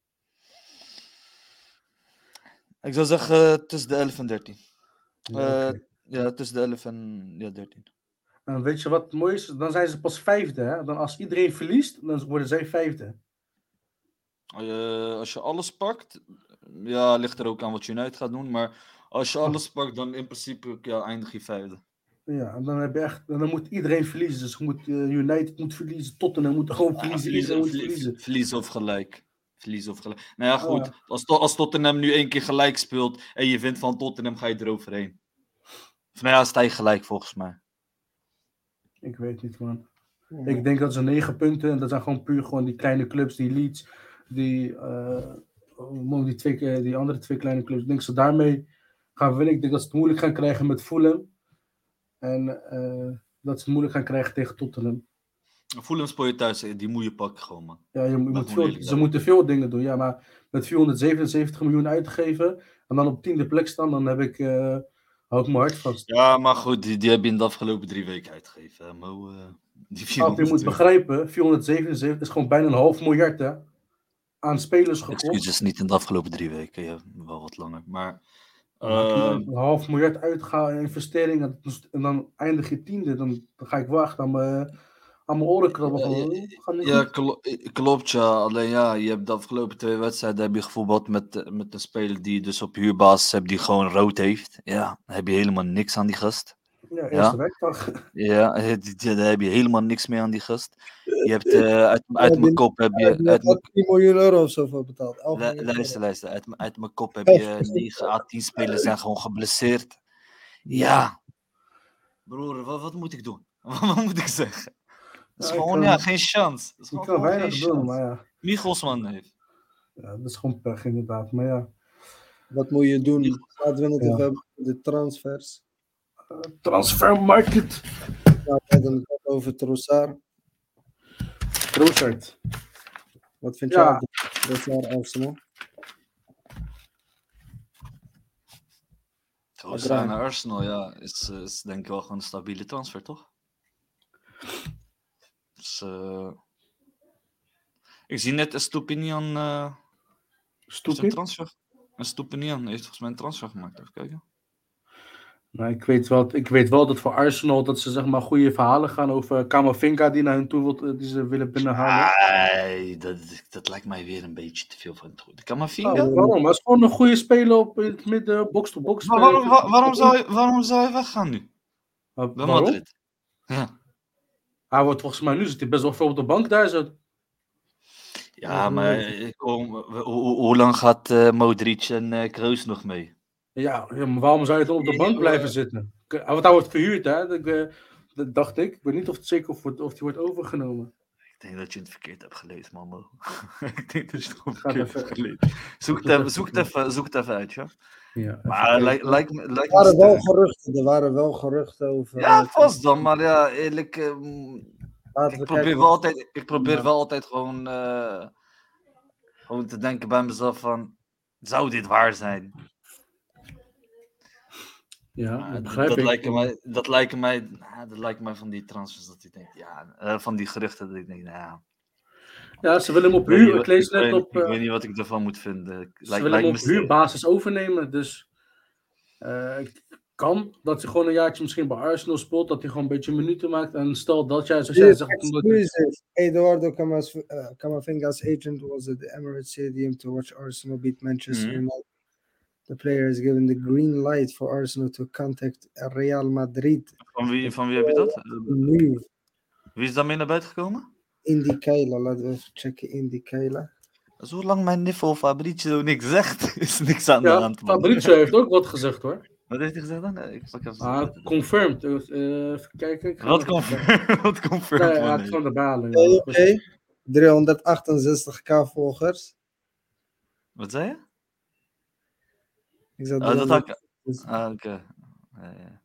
Ik zou zeggen tussen de elf en dertien.
Ja, oké.
Eh, ja, tussen de elf en ja, dertien.
En weet je wat mooi is? Dan zijn ze pas vijfde. Hè? Dan als iedereen verliest, dan worden zij vijfde.
Uh, als je alles pakt, ja, ligt er ook aan wat United gaat doen. Maar als je alles pakt, dan in principe ja, eindig je vijfde.
Ja, en dan heb je echt, en dan moet iedereen verliezen. Dus moet, uh, United moet verliezen, Tottenham moet gewoon verliezen,
Ah,
iedereen moet
verliezen,
verliezen.
verliezen of gelijk. Verliezen of gelijk. Nou ja, goed.
Ja.
Als, als Tottenham nu één keer gelijk speelt en je wint van Tottenham, ga je eroverheen. Of nou ja, sta je gelijk volgens mij.
Ik weet niet, man.
Ja.
Ik denk dat ze negen punten, en dat zijn gewoon puur gewoon die kleine clubs, die Leeds, die, uh, die, twee, die andere twee kleine clubs. Ik denk dat ze daarmee gaan winnen. Ik denk dat ze het moeilijk gaan krijgen met Fulham. En uh, dat ze het moeilijk gaan krijgen tegen Tottenham.
Fulham speel je thuis, die moet je pakken gewoon, man.
Ja, je, je moet veel,
moeilijk,
ze moeten veel dingen doen, ja, maar met vierhonderdzevenenzeventig miljoen uitgeven en dan op tiende plek staan, dan heb ik, uh, hou ik mijn hart vast.
Ja, maar goed, die, die heb je in de afgelopen drie weken uitgegeven. Hè? Mo, uh, die
oh, je moet begrijpen, vierhonderdzevenenzeventig is gewoon bijna een half miljard, hè, aan spelers gekocht.
Excuses, niet in de afgelopen drie weken, ja, wel wat langer. Maar Uh,
een half miljard uitgaan in investeringen en dan eindig je tiende. Dan, dan ga ik wel echt aan mijn, aan mijn oren krabben.
Ja,
Van,
ja,
gaat niet
ja
goed.
klo- klopt ja. Alleen ja, je hebt de afgelopen twee wedstrijden heb je gevoetbald met, met een speler die dus op huurbasis hebt die gewoon rood heeft. Ja, dan heb je helemaal niks aan die gast.
Ja, eerste
Ja,
werkdag.
ja, het- ja, daar heb je helemaal niks mee aan die gast. Je hebt uh, uit, uit mijn kop heb je...
Je
Uit mijn,
hebt tien miljoen euro of zo voor betaald. elf
lu-
miljoen
luister,
euro.
luister. Uit, uit mijn kop heb je negen à tien spelers zijn gewoon geblesseerd. Ja. Broer, wat, wat moet ik doen? Wat moet ik zeggen? Dat is
Ja, ik
gewoon,
kan-
ja, geen chance. Dat is
Ik
gewoon,
kan
gewoon geen
weinig doen,
chance.
maar ja.
Michelsman heeft.
ja. Dat is gewoon pech inderdaad. Maar ja,
Wat moet je doen? Laten we het
Ja.
even hebben over de transfers.
transfermarket.
Nou, we hadden het net over Trossard.
Trossard.
Wat vind
Ja.
jij van Trossard Arsenal?
Trossard naar Arsenal, ja, is, uh, is denk ik wel gewoon een stabiele transfer, toch? Dus, uh, ik zie net Estupinian uh,
Stupid?
een transfer. Estupinian heeft volgens mij een transfer gemaakt, even kijken.
Nou, ik, weet wel, ik weet wel dat voor Arsenal dat ze zeg maar goede verhalen gaan over Camavinga die naar hun toe wil, die ze willen binnenhalen.
Nee, dat, dat lijkt mij weer een beetje te veel van het goede. Camavinga?
Oh, waarom? Hij is gewoon een goede speler op in het midden, box-to-box.
Maar waarom, waar, waarom, zou je, waarom zou je weggaan nu?
Maar
Bij
waarom?
Madrid. Ja.
Hij wordt volgens mij nu zit hij best wel veel op de bank daar zo.
Ja, maar ik kom, hoe, hoe, hoe lang gaat uh, Modric en uh, Kroos nog mee?
Ja, ja, maar waarom zou je dan op de bank blijven zitten? Want hij wordt verhuurd, hè? Dat, uh, dat dacht ik. Ik weet niet of het zeker of, of die wordt overgenomen.
Ik denk dat je het verkeerd hebt gelezen, man. ik denk dat je het gewoon
Gaat
verkeerd
even-
hebt gelezen. Zoek het even, zoek het even, zoek het even uit, ja.
Ja,
Maar
even
lijkt
kijken.
lijkt me lijkt
Er waren
me
wel
sterk.
geruchten, er waren wel geruchten over...
Ja,
eh,
vast dan, maar ja, eerlijk... Um,
Laten
ik
we
probeer
kijken.
wel altijd, ik probeer
Ja.
wel altijd gewoon, uh, gewoon te denken bij mezelf van... Zou dit waar zijn?
Ja,
Maar
dat
dat,
begrijp
dat,
ik.
lijken mij, dat, lijken mij, nou, dat lijken mij van die transfers dat ik denk, ja, uh, van die geruchten dat ik denk, nou ja,
Ja, ze willen hem
ik
op
weet niet
huur.
wat-
Ik lees
ik
net
weet-
op.
ik
eh,
weet niet wat ik ervan moet vinden. Ik-
Ze
Lijkt,
willen
lijkt
hem
me
op
sterk.
huurbasis overnemen. Dus eh, kan dat hij gewoon een jaartje misschien bij Arsenal speelt. Dat hij gewoon een beetje minuten maakt. En stel dat jij, zoals jij
This
zegt, toen dat hij-
exclusive. Eduardo Camas, uh, Camavinga's agent was at the Emirates Stadium to watch Arsenal beat Manchester
Mhm.
United. The player is given the green light for Arsenal to contact Real Madrid.
Van wie, van wie heb je dat? Uh,
Nu,
Wie is daarmee naar buiten gekomen?
Indy Kayla. Laten we even checken. Indy Kayla.
Zolang mijn niffel Fabrizio niks zegt, is niks aan de
Ja,
hand, man.
Fabrizio heeft ook wat gezegd hoor.
Wat heeft hij gezegd dan? Nee, ik pak even
Ah,
zitten.
confirmed. Eh, even kijken. Ik ga
Wat
even-
confirmed? Wat
Nee,
confirmed?
ja,
man,
het
nee.
van de balen.
Oké,
Ja.
oké. driehonderdachtenzestig k volgers.
Wat zei je?
Ik zat
Oh, dat had ik...
Dus
Ah, oké. Ja, ja.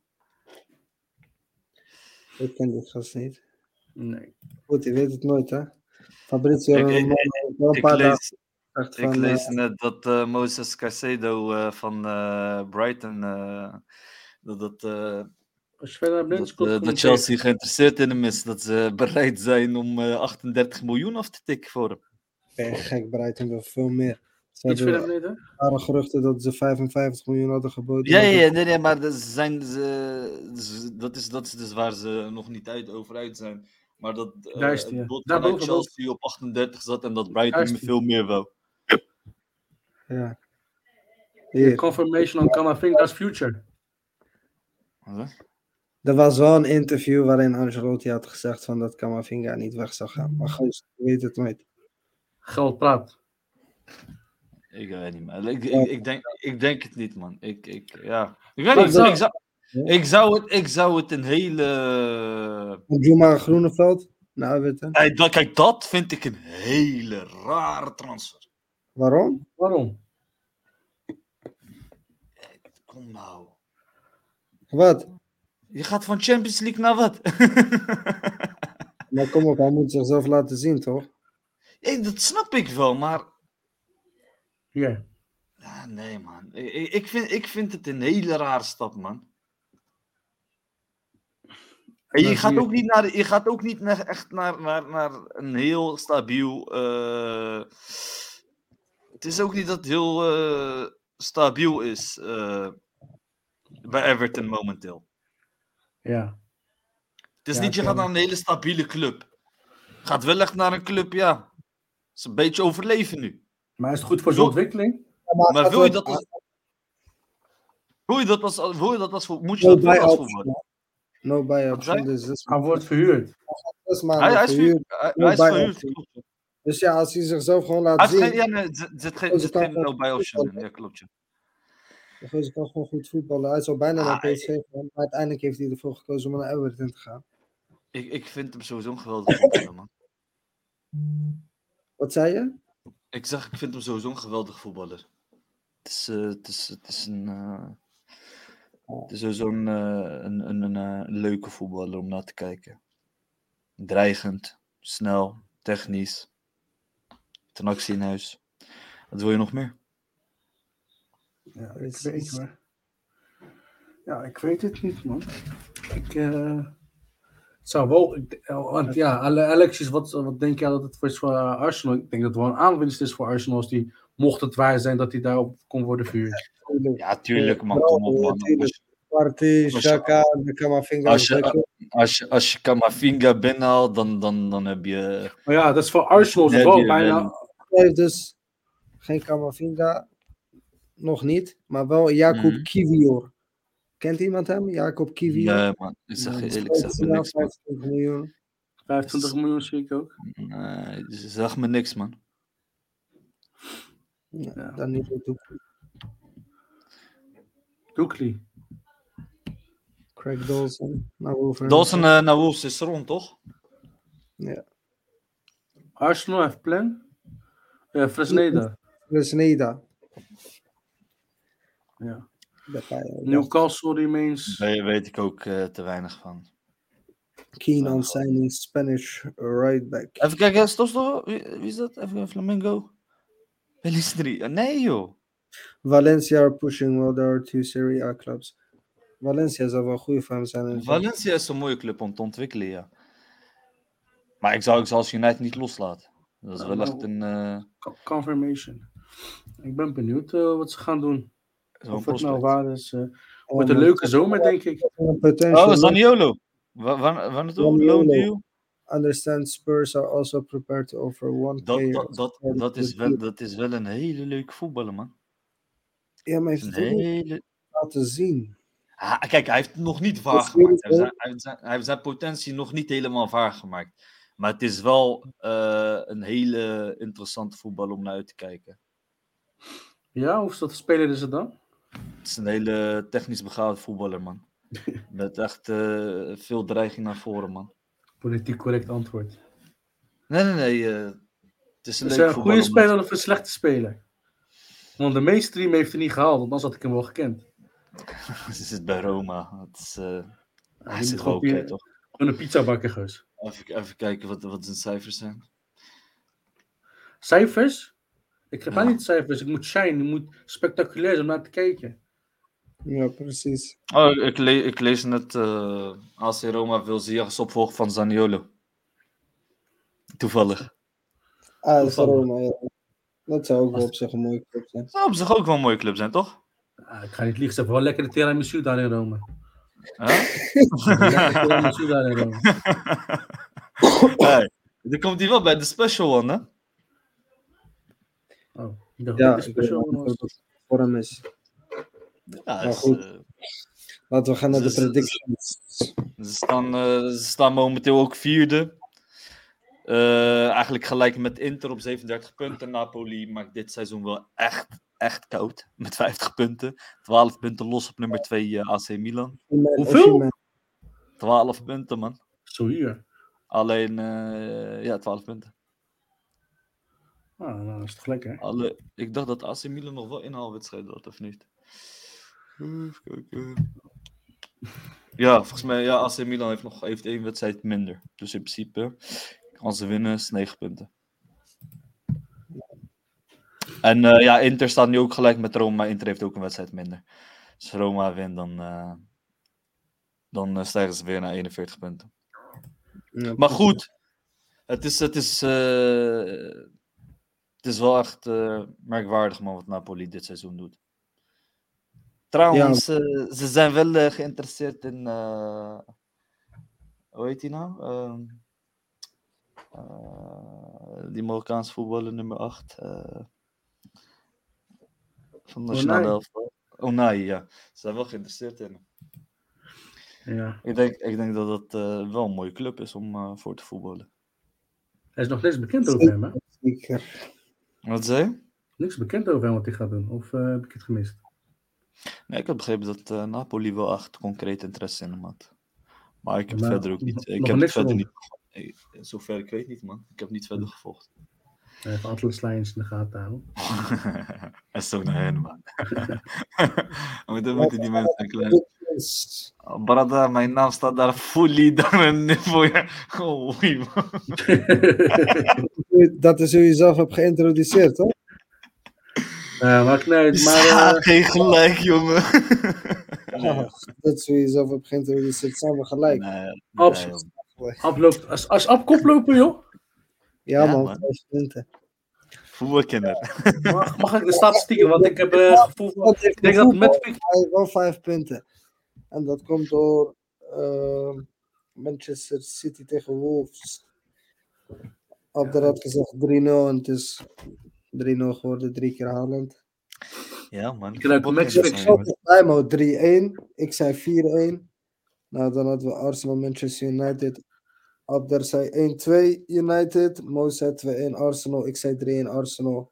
ik ken dit gast niet.
Nee.
Goed, je weet het nooit, hè? Fabrizio
Ik-
heeft
ik-
wel- wel een
Ik
paar dagen
lees,
gezegd
ik
van...
lees
eh,
net dat uh, Moses Caicedo uh, van uh, Brighton... Uh, dat, dat, uh,
Als je verder naar beneden
dat,
scrolt,
uh,
kom
dat
je
Chelsea geïnteresseerd in hem is. Dat ze bereid zijn om uh, achtendertig miljoen af te tikken voor hem.
ben je gek, Brighton wil veel meer. Ze
iets verder
hebben
beneden.
waren geruchten dat ze vijfenvijftig miljoen hadden geboden.
Ja,
maar
ja,
dat-
ja, nee, nee, maar dat, zijn ze, ze- dat, is, dat is dus waar ze nog niet uit, over uit zijn. Maar dat uh,
Daar is die, ja.
het bod
Daarboven,
vanuit Chelsea op achtendertig zat en dat
Daar is
Brighton
die.
veel meer wou.
Ja.
De
Hier.
confirmation on Camavinga's future.
Wat?
Er was wel een interview waarin Ancelotti had gezegd van dat Camavinga niet weg zou gaan. Maar goed, je weet het nooit.
Geld praat.
Ik weet niet, man. Ik, ik, ik, denk, ik denk het niet, man. Ik, ik, ja. ik weet
Maar
niet.
zou-
Ik zou, ik, zou het, ik zou het een hele.
Juma Groeneveld naar Everton.
Kijk, dat, kijk, dat vind ik een hele rare transfer.
Waarom?
Waarom?
Kom nou.
Wat?
Je gaat van Champions League naar wat?
Maar kom op, hij moet zichzelf laten zien, toch?
Hey, dat snap ik wel, maar.
Ja.
Ja, nee, man. Ik, ik, vind, ik vind het een hele rare stap, man. En je,
Nou,
gaat
zie je-
ook niet naar, je gaat ook niet naar, echt naar, naar, naar een heel stabiel. eh, het is ook niet dat het heel eh, stabiel is. eh, Bij Everton momenteel.
Ja.
Het is
Ja,
niet, je gaat naar een hele stabiele club. Gaat wel echt naar een club, ja. Het is een beetje overleven nu.
Maar is het goed voor zijn ontwikkeling?
Maar,
Maar
het
wil je
wordt-
dat als... Wil je dat als... Wil je dat als... Moet je
No
dat willen
buy
als
option.
voetballer?
No buy
Wat
option.
zei je?
Dus zes,
Hij wordt verhuurd.
zes
Hij,
maanden
hij is
verhuurd.
verhuurd. Hij,
No
hij is
buy
verhuurd.
option.
Klopt. Hij
Dus ja, als hij zichzelf gewoon laat
heeft
zien.
geen... Ja, nee, er zit- zit geen, er zit geen no-buy option in. Ja, klopt. Ja.
De gozer kan gewoon goed voetballen. Hij zou bijna
Ah,
naar P S V gaan. Maar uiteindelijk heeft hij ervoor gekozen om naar Everton te gaan.
Ik, ik vind hem sowieso een geweldige voetballer, man.
Wat zei je?
Ik zeg, ik vind hem sowieso een geweldige voetballer. Het is, eh, het is, het is een... eh, het is sowieso een, eh, een, een, een, eh, een leuke voetballer om naar te kijken. Dreigend, snel, technisch. Ten actie in huis. Wat wil je nog meer?
Ja, ik weet maar. Ja, ik weet het niet, man. Ik eh, het zou wel. Ik, eh, want ja, Ale- Alexis, wat, wat denk jij dat het is voor eh, Arsenal? Ik denk dat het wel een aanwinst is voor Arsenal als die, mocht het waar zijn, dat hij daarop kon worden verhuurd.
Ja, tuurlijk, man.
Ja,
Kom op, man.
tuurlijk.
Als,
Partey,
Als je-
Xhaka, de Camavinga.
als, je,
de-
als, je, als je Camavinga binnenhaalt, dan, dan, dan heb je...
Maar ja, dat is voor Arsenal is
Nee,
wel
die-
bijna.
Hij heeft dus geen Camavinga. Nog niet. Maar wel Jakub
Mhm.
Kiwior. Kent iemand hem? Jacob Kiwior?
Nee, man. Ik zeg je
Ja,
eerlijk, zeg me niks, man.
vijfentwintig miljoen.
vijfentwintig miljoen zie ik ook.
Nee, zeg me niks, man.
Ja,
Ja.
dan niet meer toe.
Doekli.
Craig Dawson. Naar Wolverhampton.
Dawson uh, naar Wolves is rond, toch?
Ja.
Arsenal heeft plan. Ja, Fresneda.
Fresneda.
Ja.
Depay.
Newcastle remains.
Daar weet ik ook uh, te weinig van.
Keen on signing Spanish right back.
Even kijken, stop, stop. Wie, wie is dat? Even Flamengo. Pelistri. Nee, joh.
Valencia are pushing well. There are two Serie A clubs. Valencia zou wel goed voor hem zijn.
Valencia is een mooie club om te ontwikkelen, ja. Maar ik zou, ik zou als United niet loslaten. Dat is wel echt een... Uh...
Confirmation. Ik ben benieuwd uh, wat ze gaan doen. Of het nou waar is. Uh, wordt een
uh,
leuke zomer, denk ik.
Oh, Zaniolo. Waar naartoe? Loan deal?
Understand Spurs are also prepared to offer one
dat,
player.
Dat, dat, dat, is wel, dat is wel een hele leuke voetballer, man.
Ja, maar hij heeft het hele... laten zien.
Ah, kijk, hij heeft het nog niet waargemaakt. Hij heeft, zijn, hij, heeft zijn, hij heeft zijn potentie nog niet helemaal waargemaakt. Maar het is wel uh, een hele interessante voetbal om naar uit te kijken.
Ja, hoeveel speler is het dan?
Het is een hele technisch begaafde voetballer, man. Met echt uh, veel dreiging naar voren, man.
Politiek correct antwoord.
Nee, nee, nee. Uh, het is een,
is een goede speler of een slechte speler? Want de mainstream heeft hij niet gehaald, want anders had ik hem wel gekend.
Ze zit bij Roma. Het is, uh,
ja,
hij zit wel oké, okay, toch?
Gewoon een pizzabakker, Geus.
Even, even kijken wat, wat zijn cijfers zijn.
Cijfers? Ik heb ja. niet cijfers. Ik moet shine. Ik moet spectaculair zijn om naar te kijken.
Ja, precies.
Oh, ik, le- ik lees net uh, A C Roma wil Ziyech's opvolger van Zaniolo. Toevallig.
Ah, dat is Roma, ja. Dat zou ook wel op zich een mooie club zijn. Dat
zou op zich ook wel een mooie club zijn, toch?
Ah, ik ga niet liegen. Ze hebben wel lekker de tiramisu daar in Rome.
Huh? lekker tiramisu daar in Rome. Hey, dan komt hij wel bij de special one, hè?
Oh, ik dacht ja, dat de special one was. Dat voor hem is.
Ja,
maar
is,
goed.
Uh,
Laten we gaan naar
ze,
de predictions.
Ze, ze, staan, uh, ze staan momenteel ook vierde. Uh, eigenlijk gelijk met Inter op zevenendertig punten. Napoli maakt dit seizoen wel echt, echt koud. Met vijftig punten. twaalf punten los op nummer twee uh, A C Milan.
Hoeveel?
twaalf punten, man.
Zo hier.
Alleen, uh, ja, twaalf punten.
Ah, nou is het gelijk, hè?
Alle, ik dacht dat A C Milan nog wel inhaalwedstrijden had, of niet? Even kijken. Ja, volgens mij, ja, A C Milan heeft nog heeft één wedstrijd minder. Dus in principe, als ze winnen, is negen punten. En uh, ja, Inter staat nu ook gelijk met Roma, maar Inter heeft ook een wedstrijd minder. Als Roma wint, dan, uh, dan uh, stijgen ze weer naar eenenveertig punten. Ja, maar goed, het is, het is, uh, het is wel echt uh, merkwaardig, man, wat Napoli dit seizoen doet. Trouwens, ja. uh, ze zijn wel uh, geïnteresseerd in... Uh, hoe heet die nou? Uh, uh, die Marokkaanse voetballer nummer acht. Uh, van de nationale elftal. Onai, ja. Ze zijn wel geïnteresseerd in hem.
Ja.
Ik denk, ik denk dat dat uh, wel een mooie club is om uh, voor te voetballen.
Er is nog niks bekend over hem, hè?
Zeker.
Wat zei je?
Niks bekend over hem wat hij gaat doen. Of uh, heb ik het gemist?
Nee, ik heb begrepen dat uh, Napoli wel echt concreet interesse in hem had. Maar ik heb
ja,
het
maar
verder ook niet. Ik
nog
heb
niks
het verder
rond.
niet. Ik, zover ik weet niet, man. Ik heb niet verder gevolgd.
Even Atlas Lions in de gaten houden.
Dat is toch naar hen, man. Dan moeten die mensen klein. Brada, mijn naam staat daar fully dan voor je. Oh, man.
Dat is hoe je zelf hebt geïntroduceerd, hoor.
Ja, maakt niet uit, maar...
Ja, uh... geen gelijk, jongen.
Nee, oh, dat is hoe je zelf hebt geïntroduceerd. Zijn we gelijk.
Nee,
Abs,
nee,
Ab als, als Ab koploper, joh.
Ja,
ja
man.
man.
Vijf punten.
Voetbalkinder.
Mag, mag ik de statistieken? Want ik heb uh, gevoel van... Ik denk dat met...
Hij heeft wel vijf punten. En dat komt door uh, Manchester City tegen Wolves. Abder had gezegd drie nul en het is drie nul geworden, drie keer Haaland.
Ja, man.
Ik ruik Max Fix.
Bijmo drie één, ik zei vier één. Nou, dan hadden we Arsenal, Manchester United. Abder zei één twee United. Mo zei twee één Arsenal. Ik zei drie één Arsenal.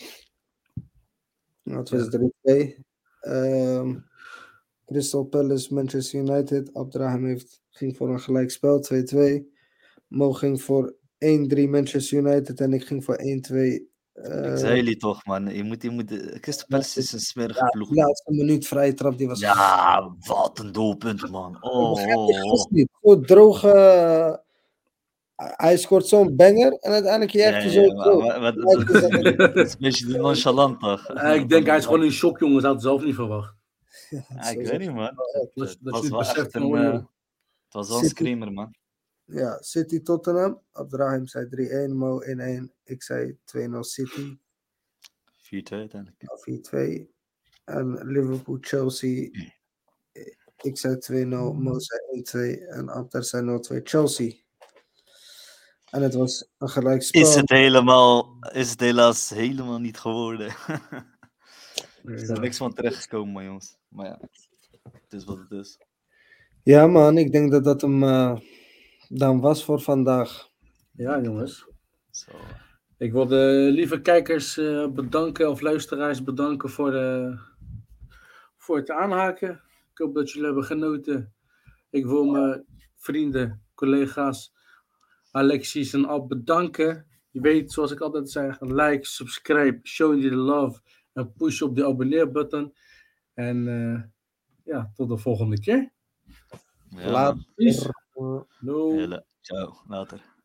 Nou, het was drie twee. Um, Crystal Palace, Manchester United. Abdraham heeft, ging voor een gelijkspel, twee twee. Mo ging voor één drie Manchester United en ik ging voor één twee. Uh,
ik zei jullie toch, man. Je moet, je moet, Crystal Palace is een smerige
ja,
ploeg.
De laatste minuut vrije trap, die was...
Ja, wat een doelpunt, man. Oh, oh, oh.
Zo droge... Hij scoort zo'n banger en uiteindelijk je echt
ja,
zo...
ja, maar, maar, dat, dat, dat is een beetje de nonchalant, toch?
Uh, ik denk hij is gewoon in shock, jongens. Hij had het zelf niet verwacht.
Ja, ja, ik weet niet, man. Het,
dat,
het
dat
was
je
wel
beseft
echt een...
van,
Uh, het was wel een screamer, man.
Ja, City Tottenham. Abdrahim zei drie één, Mo één één. Ik zei twee nul City.
vier twee uiteindelijk.
vier twee. En Liverpool Chelsea. Ik zei twee nul, Mo zei één twee en Abder zei nul twee Chelsea. En het was een gelijkspel.
Is het helemaal, is het helaas helemaal niet geworden. Er is er niks van terechtgekomen, jongens. Maar ja, het is wat het is.
Ja, man, ik denk dat dat hem uh, dan was voor vandaag.
Ja, jongens.
Zo.
Ik wil de lieve kijkers uh, bedanken, of luisteraars bedanken voor, uh, voor het aanhaken. Ik hoop dat jullie hebben genoten. Ik wil mijn vrienden, collega's, Alexis en Ab bedanken. Je weet, zoals ik altijd zeg, like, subscribe, show the love en push op de abonneerbutton. En uh, ja, tot de volgende keer.
Ja,
later.
No.
Ciao, later.